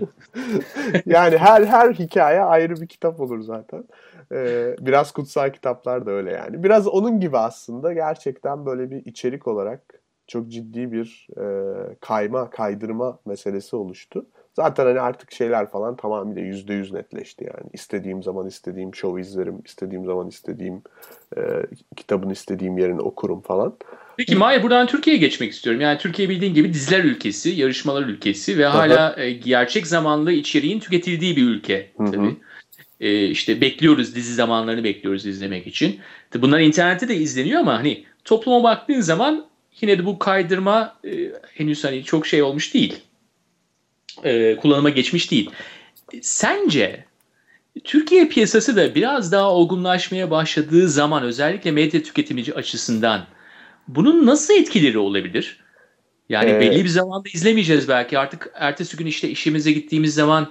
Yani her her hikaye ayrı bir kitap olur zaten. Ee, biraz kutsal kitaplar da öyle yani. Biraz onun gibi aslında gerçekten böyle bir içerik olarak çok ciddi bir e, kayma, kaydırma meselesi oluştu. Zaten hani artık şeyler falan tamamıyla yüzde yüz netleşti yani. İstediğim zaman istediğim şovu izlerim, istediğim zaman istediğim e, kitabın istediğim yerini okurum falan. Peki Mahir buradan Türkiye'ye geçmek istiyorum. Yani Türkiye bildiğin gibi diziler ülkesi, yarışmalar ülkesi ve hala e, gerçek zamanlı içeriğin tüketildiği bir ülke tabii. Hı hı. E, işte bekliyoruz, dizi zamanlarını bekliyoruz izlemek için. Bunlar internette de izleniyor ama hani topluma baktığın zaman yine de bu kaydırma e, henüz hani çok şey olmuş değil. E, kullanıma geçmiş değil. Sence Türkiye piyasası da biraz daha olgunlaşmaya başladığı zaman özellikle medya tüketimici açısından bunun nasıl etkileri olabilir? Yani Ee, belli bir zamanda izlemeyeceğiz belki. Artık ertesi gün işte işimize gittiğimiz zaman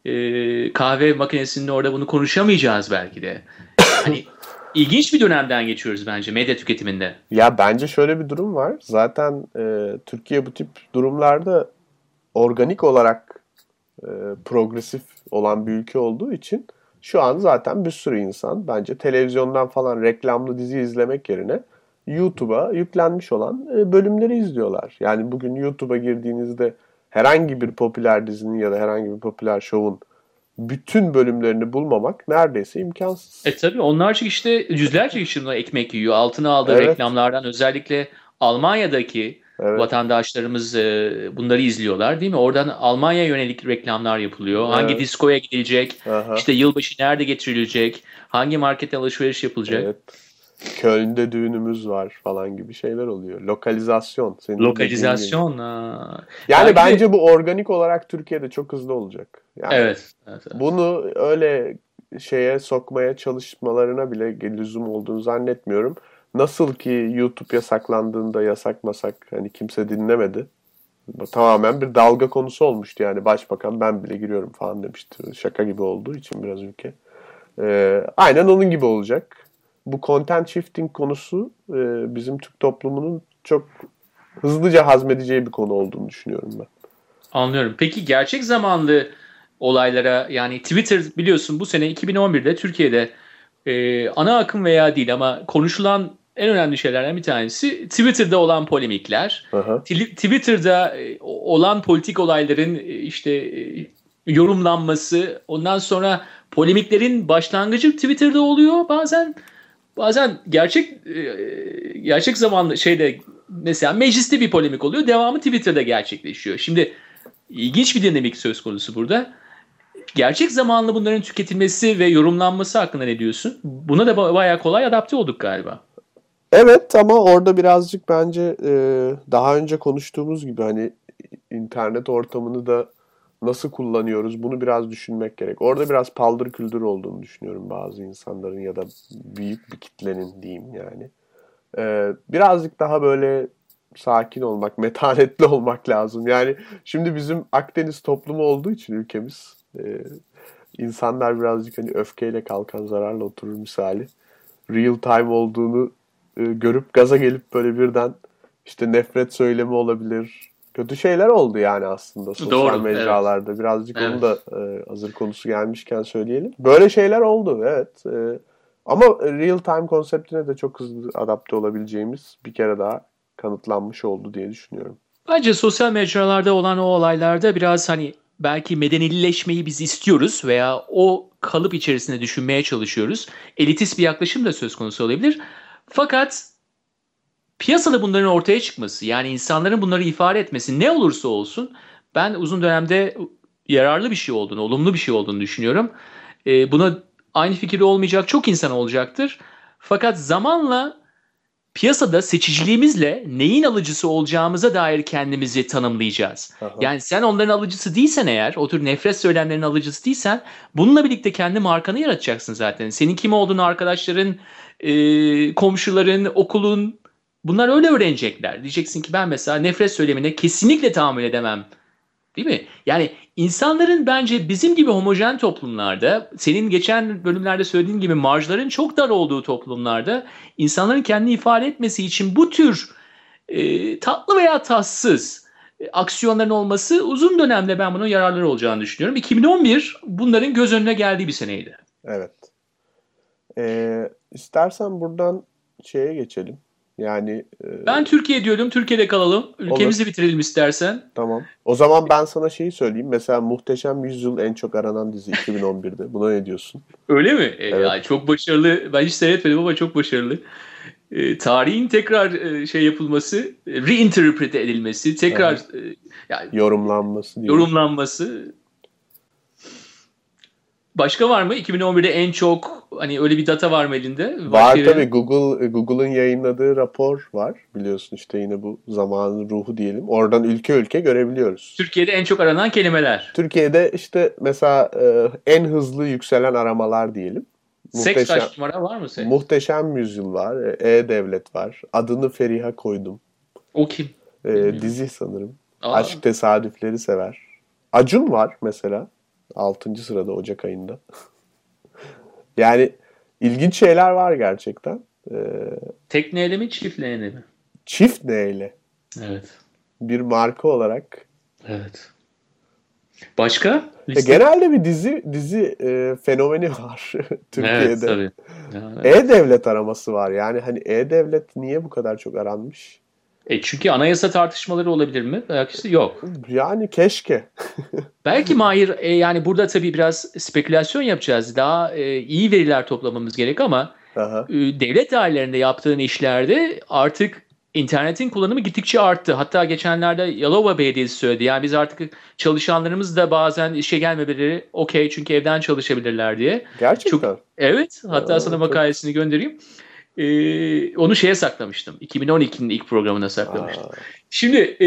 e, kahve makinesinin orada bunu konuşamayacağız belki de. Hani ilginç bir dönemden geçiyoruz bence medya tüketiminde. Ya bence şöyle bir durum var. Zaten e, Türkiye bu tip durumlarda organik olarak e, progresif olan bir ülke olduğu için şu an zaten bir sürü insan bence televizyondan falan reklamlı dizi izlemek yerine YouTube'a yüklenmiş olan e, bölümleri izliyorlar. Yani bugün YouTube'a girdiğinizde herhangi bir popüler dizinin ya da herhangi bir popüler şovun bütün bölümlerini bulmamak neredeyse imkansız. E tabii onlarca işte yüzlerce kişi buna ekmek yiyor. Altına aldığı Evet, reklamlardan özellikle Almanya'daki evet, vatandaşlarımız e, bunları izliyorlar değil mi? Oradan Almanya'ya yönelik reklamlar yapılıyor. Hangi evet, diskoya gidilecek? aha, İşte yılbaşı nerede geçirilecek? Hangi marketten alışveriş yapılacak? evet. Köln'de düğünümüz var falan gibi şeyler oluyor. Lokalizasyon, senin de dediğin gibi. Lokalizasyon. Ha. Yani Belki de bence bu organik olarak Türkiye'de çok hızlı olacak. Yani evet. Evet, evet. bunu öyle şeye sokmaya çalışmalarına bile lüzum olduğunu zannetmiyorum. Nasıl ki YouTube yasaklandığında yasak masak hani kimse dinlemedi. Bu tamamen bir dalga konusu olmuştu yani. Başbakan ben bile giriyorum falan demişti. Şaka gibi olduğu için biraz ülke. Ee, aynen onun gibi olacak. Bu content shifting konusu e, bizim Türk toplumunun çok hızlıca hazmedeceği bir konu olduğunu düşünüyorum ben. Anlıyorum. Peki gerçek zamanlı olaylara yani Twitter biliyorsun bu sene iki bin on birde Türkiye'de e, ana akım veya değil ama konuşulan en önemli şeylerden bir tanesi Twitter'da olan polemikler. Aha. Tili- Twitter'da e, olan politik olayların e, işte e, yorumlanması, ondan sonra polemiklerin başlangıcı Twitter'da oluyor. Bazen bazen gerçek e, gerçek zamanlı şeyde mesela mecliste bir polemik oluyor, devamı Twitter'da gerçekleşiyor. Şimdi İlginç bir dinamik söz konusu burada. Gerçek zamanlı bunların tüketilmesi ve yorumlanması hakkında ne diyorsun? Buna da bayağı kolay adapte olduk galiba. Evet ama orada birazcık bence e, daha önce konuştuğumuz gibi hani internet ortamını da nasıl kullanıyoruz bunu biraz düşünmek gerek. Orada biraz paldır küldür olduğunu düşünüyorum bazı insanların ya da büyük bir kitlenin diyeyim yani. E, birazcık daha böyle sakin olmak, metanetli olmak lazım. Yani şimdi bizim Akdeniz toplumu olduğu için ülkemiz e, insanlar birazcık hani öfkeyle kalkan zararla oturur misali. Real time olduğunu e, görüp gaza gelip böyle birden işte nefret söylemi olabilir. Kötü şeyler oldu yani aslında sosyal Doğru, mecralarda. Birazcık evet. onu da e, hazır konusu gelmişken söyleyelim. Böyle şeyler oldu evet. E, ama real time konseptine de çok hızlı adapte olabileceğimiz bir kere daha kanıtlanmış oldu diye düşünüyorum. Bence sosyal mecralarda olan o olaylarda biraz hani belki medenileşmeyi biz istiyoruz veya o kalıp içerisinde düşünmeye çalışıyoruz. Elitist bir yaklaşım da söz konusu olabilir. Fakat piyasada bunların ortaya çıkması, yani insanların bunları ifade etmesi ne olursa olsun ben uzun dönemde yararlı bir şey olduğunu, olumlu bir şey olduğunu düşünüyorum. Ee, buna aynı fikirde olmayacak çok insan olacaktır. Fakat zamanla piyasada seçiciliğimizle neyin alıcısı olacağımıza dair kendimizi tanımlayacağız. Aha. Yani sen onların alıcısı değilsen eğer, o tür nefret söylemlerinin alıcısı değilsen bununla birlikte kendi markanı yaratacaksın zaten. Senin kim olduğunu arkadaşların, e, komşuların, okulun bunlar öyle öğrenecekler. Diyeceksin ki ben mesela nefret söylemine kesinlikle tahammül edemem. Değil mi? Yani insanların bence bizim gibi homojen toplumlarda, senin geçen bölümlerde söylediğin gibi marjların çok dar olduğu toplumlarda insanların kendini ifade etmesi için bu tür e, tatlı veya tatsız e, aksiyonların olması uzun dönemde ben bunun yararları olacağını düşünüyorum. iki bin on bir bunların göz önüne geldiği bir seneydi. Evet. Ee, istersen buradan şeye geçelim. Yani e, Ben Türkiye diyordum, Türkiye'de kalalım. Ülkemizi olur. bitirelim istersen. Tamam. O zaman ben sana şeyi söyleyeyim. Mesela Muhteşem Yüzyıl en çok aranan dizi iki bin on birde. Buna ne diyorsun? Öyle mi? E, Evet. ya çok başarılı. Ben hiç seyretmedim ama çok başarılı. E, tarihin tekrar e, şey yapılması, e, reinterpret edilmesi, tekrar e, yani Yorumlanması diyelim. yorumlanması. Başka var mı? iki bin on birde en çok hani öyle bir data var mı elinde? Var Başka tabii. yere- Google Google'ın yayınladığı rapor var. Biliyorsun işte yine bu zamanın ruhu diyelim. Oradan ülke ülke görebiliyoruz. Türkiye'de en çok aranan kelimeler. Türkiye'de işte mesela e, en hızlı yükselen aramalar diyelim. Seks kaç numara var mı seks? Muhteşem Yüzyıl var. E- E-Devlet var. Adını Feriha koydum. O kim? Ee, dizi sanırım. Aa. Aşk Tesadüfleri sever. Acun var mesela. altıncı sırada Ocak ayında. Yani ilginç şeyler var gerçekten. Ee, Tek neyle mi çift neyle mi? Çift neyle? Evet. Bir marka olarak. Evet. Başka? E, genelde bir dizi dizi e, fenomeni var Türkiye'de. Evet tabii. Yani, E-Devlet araması var. Yani hani E-Devlet niye bu kadar çok aranmış? E çünkü anayasa tartışmaları olabilir mi? Belki yok. Yani keşke. Belki Mahir e, yani burada tabii biraz spekülasyon yapacağız. Daha e, iyi veriler toplamamız gerek ama Aha. e, devlet dairelerinde yaptığın işlerde artık internetin kullanımı gittikçe arttı. Hatta geçenlerde Yalova Belediyesi söyledi. Yani biz artık çalışanlarımız da bazen işe gelmemeleri okey çünkü evden çalışabilirler diye. Gerçekten. Çok, evet. Hatta Aa, sana çok... makalesini göndereyim. Ee, onu şeye saklamıştım. iki bin on ikinin ilk programına saklamıştım. Aa. Şimdi e,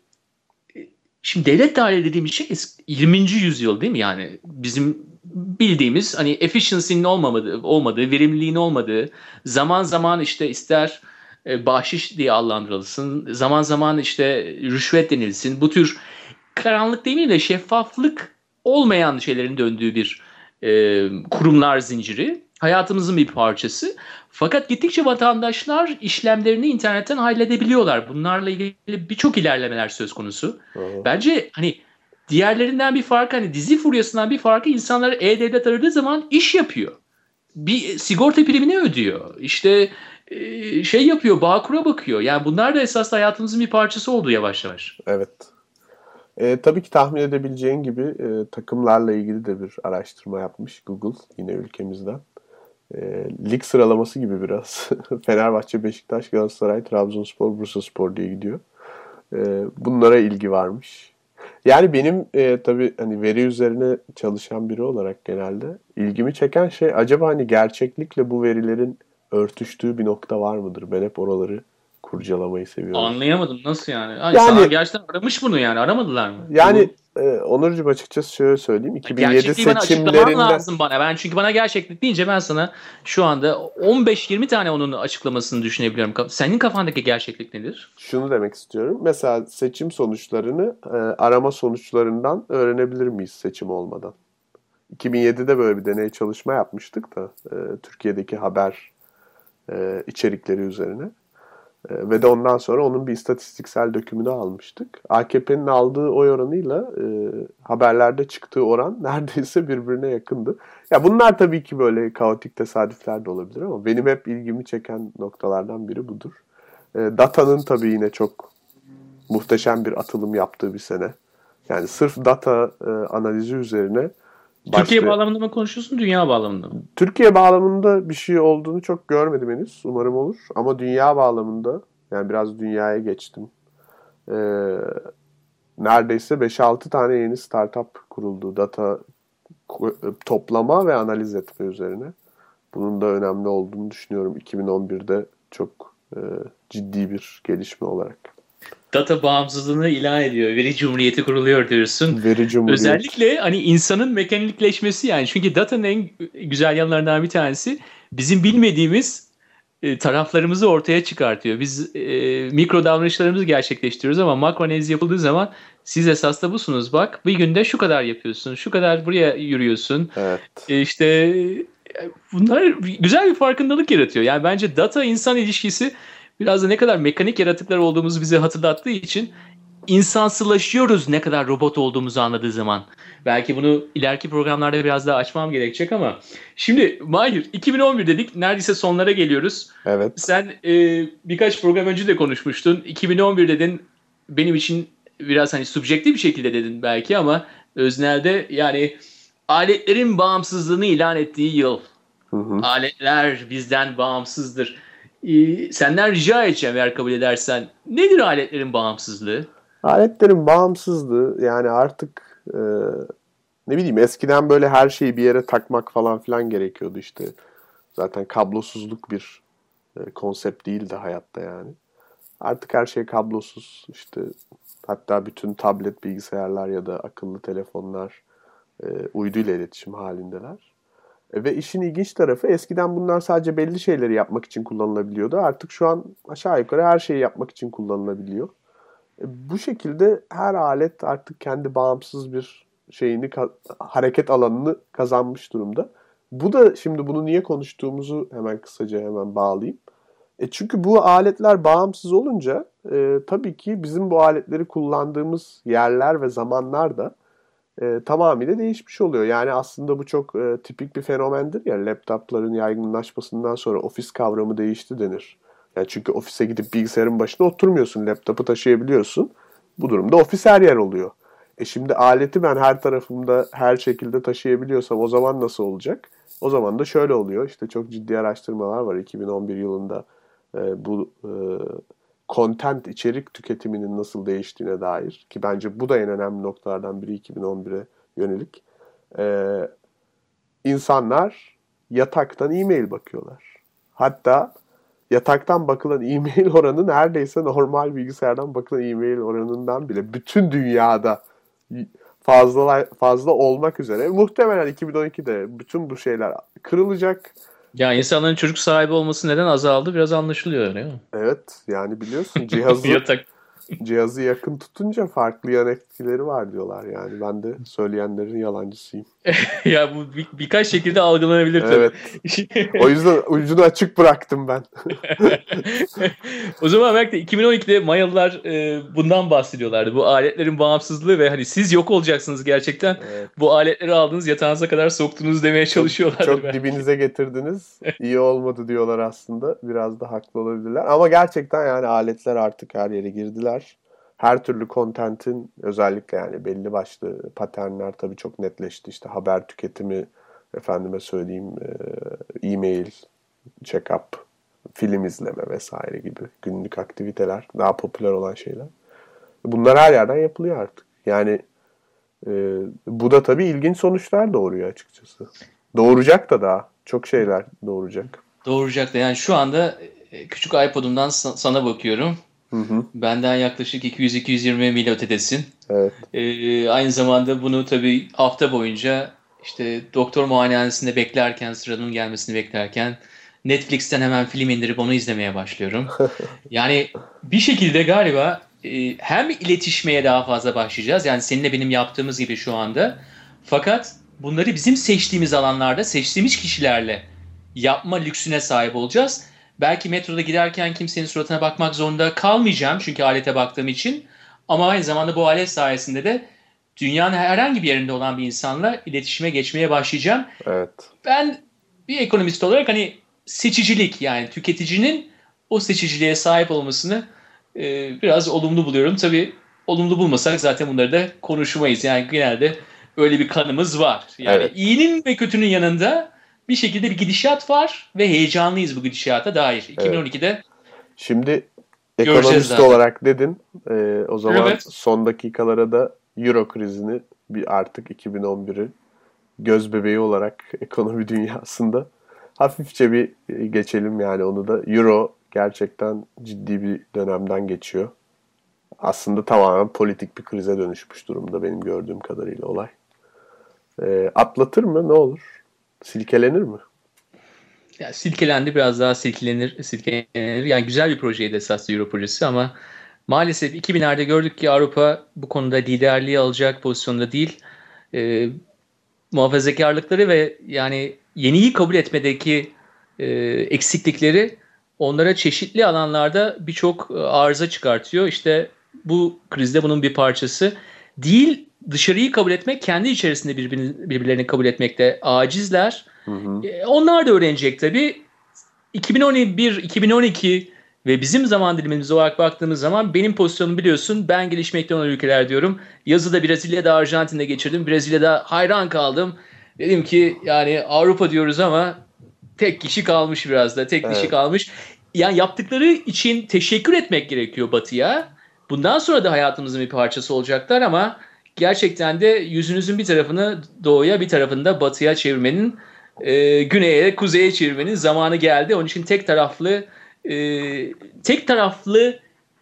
şimdi devlet daire dediğimiz şey yirminci yüzyıl değil mi? Yani bizim bildiğimiz hani efficiency'nin olmadığı, olmadığı, verimliliğin olmadığı, zaman zaman işte ister e, bahşiş diye adlandırılsın, zaman zaman işte rüşvet denilsin. Bu tür karanlık demeyeyim de şeffaflık olmayan şeylerin döndüğü bir e, kurumlar zinciri. Hayatımızın bir parçası. Fakat gittikçe vatandaşlar işlemlerini internetten halledebiliyorlar. Bunlarla ilgili birçok ilerlemeler söz konusu. Hı-hı. Bence hani diğerlerinden bir farkı hani dizi furyasından bir farkı insanlar e-devlet aradığı zaman iş yapıyor. Bir sigorta primini ödüyor. İşte e, şey yapıyor, Bağkur'a bakıyor. Yani bunlar da esas hayatımızın bir parçası oldu yavaş yavaş. Evet. E, tabii ki tahmin edebileceğin gibi e, takımlarla ilgili de bir araştırma yapmış Google yine ülkemizden. E, lig sıralaması gibi biraz. Fenerbahçe, Beşiktaş, Galatasaray, Trabzonspor, Bursaspor diye gidiyor. E, bunlara ilgi varmış. Yani benim e, tabii hani veri üzerine çalışan biri olarak genelde ilgimi çeken şey acaba hani gerçeklikle bu verilerin örtüştüğü bir nokta var mıdır? Ben hep oraları kurcalamayı seviyorum. Anlayamadım. Nasıl yani? Hani yani sana gerçekten aramış bunu yani. Aramadılar mı? Yani e, Onurcuğum açıkçası şöyle söyleyeyim. iki bin yedi gerçekliği bana açıklaman seçimlerinde lazım bana. Ben çünkü bana gerçeklik deyince ben sana şu anda on beş yirmi tane onun açıklamasını düşünebiliyorum. Senin kafandaki gerçeklik nedir? Şunu demek istiyorum. Mesela seçim sonuçlarını e, arama sonuçlarından öğrenebilir miyiz seçim olmadan? iki bin yedide böyle bir deney çalışma yapmıştık da e, Türkiye'deki haber e, içerikleri üzerine. E, ve de ondan sonra onun bir istatistiksel dökümünü almıştık. A K P'nin aldığı oy oranıyla e, haberlerde çıktığı oran neredeyse birbirine yakındı. Ya bunlar tabii ki böyle kaotik tesadüfler de olabilir ama benim hep ilgimi çeken noktalardan biri budur. E, Data'nın tabii yine çok muhteşem bir atılım yaptığı bir sene. Yani sırf data e, analizi üzerine Türkiye başka... bağlamında mı konuşuyorsun, dünya bağlamında mı? Türkiye bağlamında bir şey olduğunu çok görmedim henüz. Umarım olur. Ama dünya bağlamında, yani biraz dünyaya geçtim. Ee, neredeyse beş altı tane yeni startup kuruldu. Data toplama ve analiz etme üzerine. Bunun da önemli olduğunu düşünüyorum. iki bin on birde çok e, ciddi bir gelişme olarak. Data bağımsızlığını ilan ediyor. Veri cumhuriyeti kuruluyor diyorsun. Veri cumhuriyeti. Özellikle hani insanın mekanikleşmesi yani. Çünkü datanın en güzel yanlarından bir tanesi bizim bilmediğimiz e, taraflarımızı ortaya çıkartıyor. Biz e, mikro davranışlarımızı gerçekleştiriyoruz ama makro analiz yapıldığı zaman siz esas da busunuz. Bak bir günde şu kadar yapıyorsun. Şu kadar buraya yürüyorsun. Evet. E, işte bunlar güzel bir farkındalık yaratıyor. Yani bence data insan ilişkisi biraz da ne kadar mekanik yaratıklar olduğumuzu bize hatırlattığı için insansılaşıyoruz ne kadar robot olduğumuzu anladığı zaman. Belki bunu ileriki programlarda biraz daha açmam gerekecek ama şimdi Mahir iki bin on bir dedik, neredeyse sonlara geliyoruz. Evet. Sen e, birkaç program önce de konuşmuştun. iki bin on bir dedin, benim için biraz hani subjektif bir şekilde dedin belki ama öznelde yani aletlerin bağımsızlığını ilan ettiği yıl. Hı hı. Aletler bizden bağımsızdır. Ee, senden rica edeceğim eğer kabul edersen. Nedir aletlerin bağımsızlığı? Aletlerin bağımsızlığı yani artık e, ne bileyim eskiden böyle her şeyi bir yere takmak falan filan gerekiyordu işte. Zaten kablosuzluk bir e, konsept değildi hayatta yani. Artık her şey kablosuz işte. Hatta bütün tablet bilgisayarlar ya da akıllı telefonlar e, uyduyla iletişim halindeler. E, ve işin ilginç tarafı eskiden bunlar sadece belli şeyleri yapmak için kullanılabiliyordu. Artık şu an aşağı yukarı her şeyi yapmak için kullanılabiliyor. E, bu şekilde her alet artık kendi bağımsız bir şeyini, hareket alanını kazanmış durumda. Bu da şimdi bunu niye konuştuğumuzu hemen kısaca hemen bağlayayım. E çünkü bu aletler bağımsız olunca e, tabii ki bizim bu aletleri kullandığımız yerler ve zamanlar da e, tamamıyla değişmiş oluyor. Yani aslında bu çok e, tipik bir fenomendir ya, laptopların yaygınlaşmasından sonra ofis kavramı değişti denir. Yani çünkü ofise gidip bilgisayarın başına oturmuyorsun, laptopu taşıyabiliyorsun. Bu durumda ofis her yer oluyor. E şimdi aleti ben her tarafımda her şekilde taşıyabiliyorsam o zaman nasıl olacak? O zaman da şöyle oluyor. İşte çok ciddi araştırmalar var iki bin on bir yılında e, bu e, content, içerik tüketiminin nasıl değiştiğine dair, ki bence bu da en önemli noktalardan biri iki bin on bire yönelik. E, insanlar yataktan e-mail bakıyorlar. Hatta yataktan bakılan e-mail oranı neredeyse normal bilgisayardan bakılan e-mail oranından bile bütün dünyada fazla fazla olmak üzere. Muhtemelen iki bin on ikide bütün bu şeyler kırılacak. Ya insanların çocuk sahibi olması neden azaldı biraz anlaşılıyor, değil mi? Evet, yani biliyorsun cihazı Yatak. cihazı yakın tutunca farklı yan etkileri var diyorlar yani. Ben de söyleyenlerin yalancısıyım. Ya bu bir, birkaç şekilde algılanabilir tabii. Evet. O yüzden ucunu açık bıraktım ben. O zaman belki de iki bin on ikide Mayalılar e, bundan bahsediyorlardı. Bu aletlerin bağımsızlığı ve hani siz yok olacaksınız gerçekten. Evet. Bu aletleri aldınız, yatağınıza kadar soktunuz demeye çalışıyorlardı. Çok, çok belki. Dibinize getirdiniz. İyi olmadı diyorlar aslında. Biraz da haklı olabilirler. Ama gerçekten yani aletler artık her yere girdiler. Her türlü contentin, özellikle yani belli başlı paternler tabii çok netleşti. İşte haber tüketimi, efendime söyleyeyim, e-mail, check-up, film izleme vesaire gibi günlük aktiviteler, daha popüler olan şeyler. Bunlar her yerden yapılıyor artık. Yani e, bu da tabii ilginç sonuçlar doğuruyor açıkçası. Doğuracak da daha. Çok şeyler doğuracak. Doğuracak da. Yani şu anda küçük iPod'umdan sana bakıyorum. Hı hı. Benden yaklaşık iki yüz iki yüz yirmi mil ötedesin. Evet. Ee, aynı zamanda bunu tabii hafta boyunca işte doktor muayenehanesinde beklerken, sıranın gelmesini beklerken Netflix'ten hemen film indirip onu izlemeye başlıyorum. Yani bir şekilde galiba e, hem iletişmeye daha fazla başlayacağız. Yani seninle benim yaptığımız gibi şu anda. Fakat bunları bizim seçtiğimiz alanlarda, seçtiğimiz kişilerle yapma lüksüne sahip olacağız. Belki metroda giderken kimsenin suratına bakmak zorunda kalmayacağım çünkü alete baktığım için. Ama aynı zamanda bu alet sayesinde de dünyanın herhangi bir yerinde olan bir insanla iletişime geçmeye başlayacağım. Evet. Ben bir ekonomist olarak hani seçicilik, yani tüketicinin o seçiciliğe sahip olmasını e, biraz olumlu buluyorum. Tabii olumlu bulmasak zaten bunları da konuşmayız. Yani genelde öyle bir kanımız var. Yani Evet. iyinin ve kötünün yanında bir şekilde bir gidişat var ve heyecanlıyız bu gidişata dair. iki bin on ikide evet. Şimdi ekonomist olarak dedin. E, o zaman evet. Son dakikalara da Euro krizini bir artık iki bin on biri göz bebeği olarak ekonomi dünyasında hafifçe bir geçelim yani onu da. Euro gerçekten ciddi bir dönemden geçiyor. Aslında tamamen politik bir krize dönüşmüş durumda benim gördüğüm kadarıyla olay. E, atlatır mı? Ne olur? Silkelenir mi? Ya, silkelendi, biraz daha silkelenir, silkelenir. Yani güzel bir projeydi esas Euro projesi ama maalesef iki binlerde gördük ki Avrupa bu konuda liderliği alacak pozisyonda değil. E, muhafazakarlıkları ve yani yeniyi kabul etmedeki e, eksiklikleri onlara çeşitli alanlarda birçok arıza çıkartıyor. İşte bu krizde bunun bir parçası. Değil dışarıyı kabul etmek, kendi içerisinde birbirini, birbirlerini kabul etmekte acizler. Hı hı. E, onlar da öğrenecek tabii. iki bin on bir iki bin on iki ve bizim zaman dilimimiz olarak baktığımız zaman benim pozisyonumu biliyorsun. Ben gelişmekte olan ülkeler diyorum. Yazıda Brezilya'da, Arjantin'de geçirdim. Brezilya'da hayran kaldım. Dedim ki yani Avrupa diyoruz ama tek kişi kalmış biraz da. Tek evet. kişi kalmış. Yani yaptıkları için teşekkür etmek gerekiyor Batı'ya. Bundan sonra da hayatımızın bir parçası olacaklar ama gerçekten de yüzünüzün bir tarafını doğuya, bir tarafını da batıya çevirmenin, e, güneye, kuzeye çevirmenin zamanı geldi. Onun için tek taraflı e, tek taraflı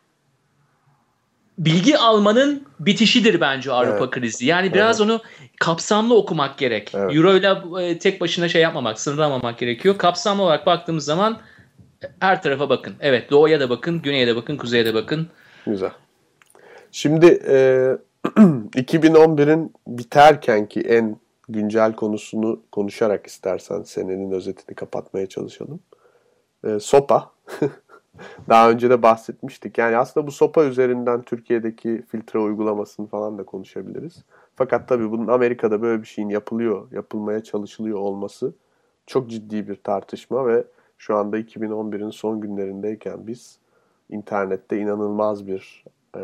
bilgi almanın bitişidir bence Avrupa evet. krizi. Yani biraz evet. onu kapsamlı okumak gerek. Evet. Euro'yla e, tek başına şey yapmamak, sınırlamamak gerekiyor. Kapsamlı olarak baktığımız zaman her tarafa bakın. Evet, doğuya da bakın, güneye de bakın, kuzeye de bakın. Güzel. Şimdi e, iki bin on birin biterkenki en güncel konusunu konuşarak istersen senenin özetini kapatmaya çalışalım. E, SOPA. Daha önce de bahsetmiştik. Yani aslında bu SOPA üzerinden Türkiye'deki filtre uygulamasını falan da konuşabiliriz. Fakat tabii bunun Amerika'da böyle bir şeyin yapılıyor, yapılmaya çalışılıyor olması çok ciddi bir tartışma ve şu anda iki bin on birin son günlerindeyken biz internette inanılmaz bir e,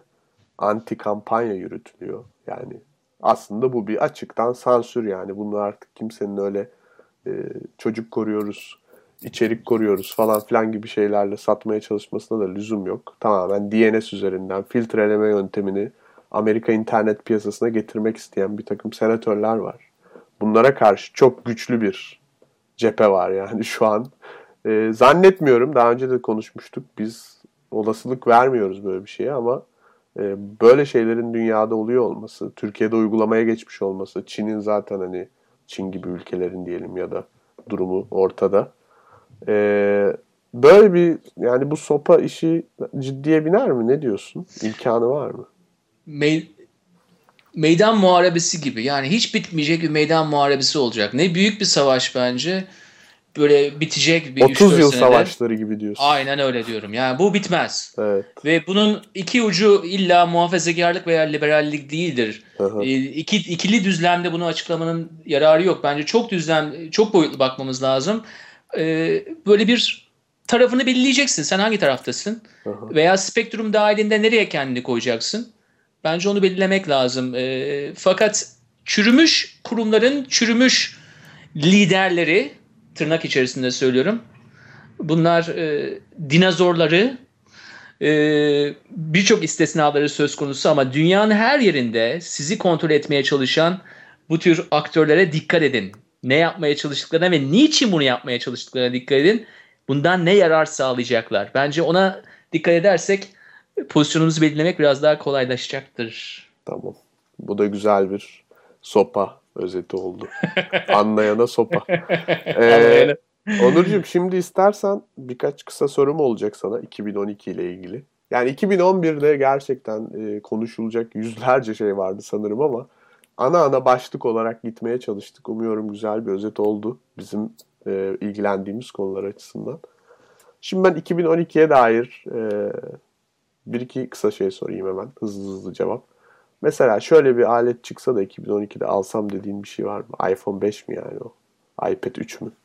anti kampanya yürütülüyor. Yani aslında bu bir açıktan sansür yani. Bunu artık kimsenin öyle e, çocuk koruyoruz, içerik koruyoruz falan filan gibi şeylerle satmaya çalışmasına da lüzum yok. Tamamen D N S üzerinden filtreleme yöntemini Amerika internet piyasasına getirmek isteyen bir takım senatörler var. Bunlara karşı çok güçlü bir cephe var yani şu an. Ee, zannetmiyorum, daha önce de konuşmuştuk, biz olasılık vermiyoruz böyle bir şeye ama e, böyle şeylerin dünyada oluyor olması, Türkiye'de uygulamaya geçmiş olması, Çin'in zaten hani Çin gibi ülkelerin diyelim ya da durumu ortada. Ee, böyle bir yani bu SOPA işi ciddiye biner mi? Ne diyorsun? İmkanı var mı? Me- meydan muharebesi gibi. Yani hiç bitmeyecek bir meydan muharebesi olacak. Ne büyük bir savaş bence. Böyle bitecek bir üç otuz dört yıl senede. savaşları gibi diyorsun. Aynen öyle diyorum. Yani bu bitmez. Evet. Ve bunun iki ucu illa muhafazakarlık veya liberallik değildir. Aha. E, iki, ikili düzlemde bunu açıklamanın yararı yok. Bence çok düzlem, çok boyutlu bakmamız lazım. E, böyle bir tarafını belirleyeceksin. Sen hangi taraftasın? Aha. Veya spektrum dahilinde nereye kendini koyacaksın? Bence onu belirlemek lazım. E, fakat çürümüş kurumların çürümüş liderleri, tırnak içerisinde söylüyorum, bunlar e, dinozorları, e, birçok istisnaları söz konusu ama dünyanın her yerinde sizi kontrol etmeye çalışan bu tür aktörlere dikkat edin. Ne yapmaya çalıştıklarına ve niçin bunu yapmaya çalıştıklarına dikkat edin. Bundan ne yarar sağlayacaklar? Bence ona dikkat edersek pozisyonumuzu belirlemek biraz daha kolaylaşacaktır. Tamam. Bu da güzel bir sopa özeti oldu. Anlayana sopa. Ee, Onurcuğum, şimdi istersen birkaç kısa sorum olacak sana iki bin on iki ile ilgili. Yani iki bin on birde gerçekten e, konuşulacak yüzlerce şey vardı sanırım ama ana ana başlık olarak gitmeye çalıştık. Umuyorum güzel bir özet oldu bizim e, ilgilendiğimiz konular açısından. Şimdi ben iki bin on ikiye dair e, bir iki kısa şey sorayım hemen. Hızlı hızlı cevap. Mesela şöyle bir alet çıksa da iki bin on ikide alsam dediğin bir şey var mı? iPhone beş mi yani o? iPad üç mü?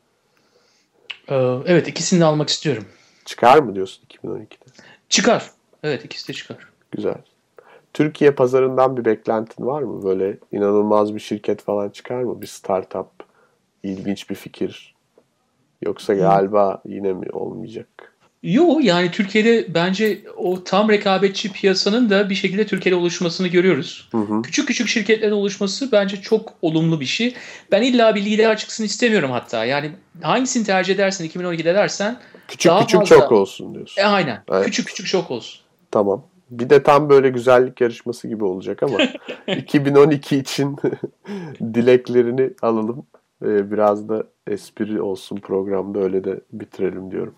Ee, evet, ikisini de almak istiyorum. Çıkar mı diyorsun iki bin on ikide? Çıkar. Evet, ikisi de çıkar. Güzel. Türkiye pazarından bir beklentin var mı? Böyle inanılmaz bir şirket falan çıkar mı? Bir startup, ilginç bir fikir. Yoksa galiba yine mi olmayacak? Yo, yani Türkiye'de bence o tam rekabetçi piyasanın da bir şekilde Türkiye'de oluşmasını görüyoruz. Hı hı. Küçük küçük şirketlerin oluşması bence çok olumlu bir şey. Ben illa bir lider çıksın istemiyorum hatta. Yani hangisini tercih edersen iki bin on ikide dersen Küçük daha küçük fazla... çok olsun diyorsun. E, aynen. Evet. Küçük küçük çok olsun. Tamam. Bir de tam böyle güzellik yarışması gibi olacak ama iki bin on iki için dileklerini alalım. Ee, biraz da espri olsun programda, öyle de bitirelim diyorum.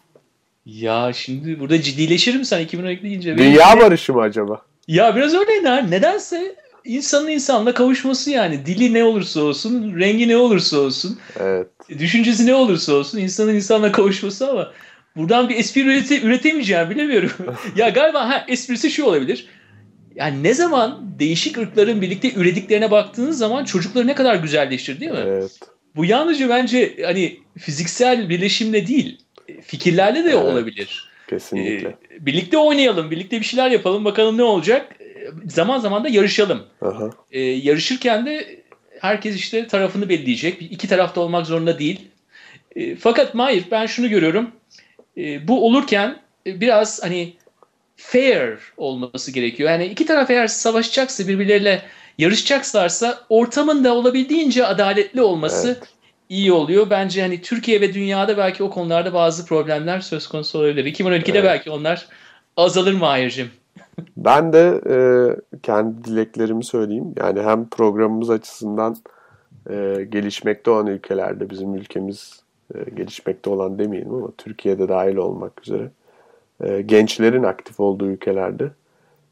Ya şimdi burada ciddileşirim sen iki bin on iki deyince. Dünya barışı mı acaba? Ya biraz öyle ne? Nedense insanın insanla kavuşması yani. Dili ne olursa olsun, rengi ne olursa olsun, Evet. düşüncesi ne olursa olsun insanın insanla kavuşması ama buradan bir espri ürete, üretemeyeceğim bilemiyorum. Ya galiba ha, esprisi şu olabilir. Yani ne zaman değişik ırkların birlikte ürediklerine baktığınız zaman çocukları ne kadar güzelleştir değil mi? Evet. Bu yalnızca bence hani fiziksel birleşimle değil, fikirlerle de Evet. olabilir. Kesinlikle. Ee, birlikte oynayalım, birlikte bir şeyler yapalım, bakalım ne olacak. Ee, zaman zaman da yarışalım. Aha. Ee, yarışırken de herkes işte tarafını belirleyecek. İki tarafta olmak zorunda değil. Ee, fakat Mahir, ben şunu görüyorum. Ee, bu olurken biraz hani fair olması gerekiyor. Yani iki taraf eğer savaşacaksa, birbirleriyle yarışacaklarsa ortamın da olabildiğince adaletli olması Evet. iyi oluyor. Bence hani Türkiye ve dünyada belki o konularda bazı problemler söz konusu olabilir. iki bin on ikide Evet. belki onlar azalır Mahir'cim. Ben de e, kendi dileklerimi söyleyeyim. Yani hem programımız açısından e, gelişmekte olan ülkelerde, bizim ülkemiz e, gelişmekte olan demeyelim ama Türkiye'de dahil olmak üzere e, gençlerin aktif olduğu ülkelerde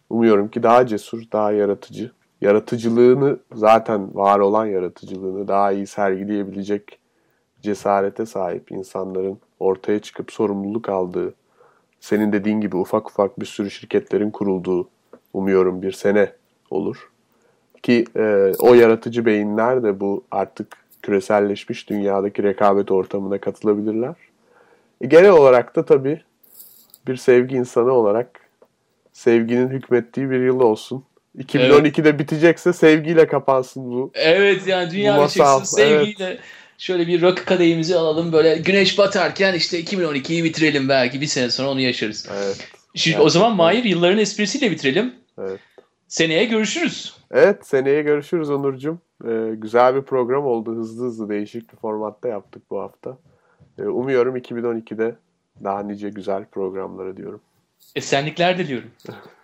Umuyorum ki daha cesur, daha yaratıcı, yaratıcılığını, zaten var olan yaratıcılığını daha iyi sergileyebilecek cesarete sahip insanların ortaya çıkıp sorumluluk aldığı, senin dediğin gibi ufak ufak bir sürü şirketlerin kurulduğu umuyorum bir sene olur. Ki e, o yaratıcı beyinler de bu artık küreselleşmiş dünyadaki rekabet ortamına katılabilirler. E, genel olarak da tabii bir sevgi insanı olarak sevginin hükmettiği bir yıl olsun. iki bin on ikide evet. Bitecekse sevgiyle kapansın bu. Evet yani dünya biteceksin sevgiyle. Evet. Şöyle bir rakı kadehimizi alalım, böyle güneş batarken işte iki bin on ikiyi bitirelim, belki bir sene sonra onu yaşarız. Evet. Şimdi o zaman Mahir, yılların esprisiyle bitirelim. Evet. Seneye görüşürüz. Evet, seneye görüşürüz Onurcuğum. Ee, güzel bir program oldu. Hızlı hızlı değişik bir formatta yaptık bu hafta. Ee, umuyorum iki bin on ikide daha nice güzel programları diyorum. Esenlikler diliyorum.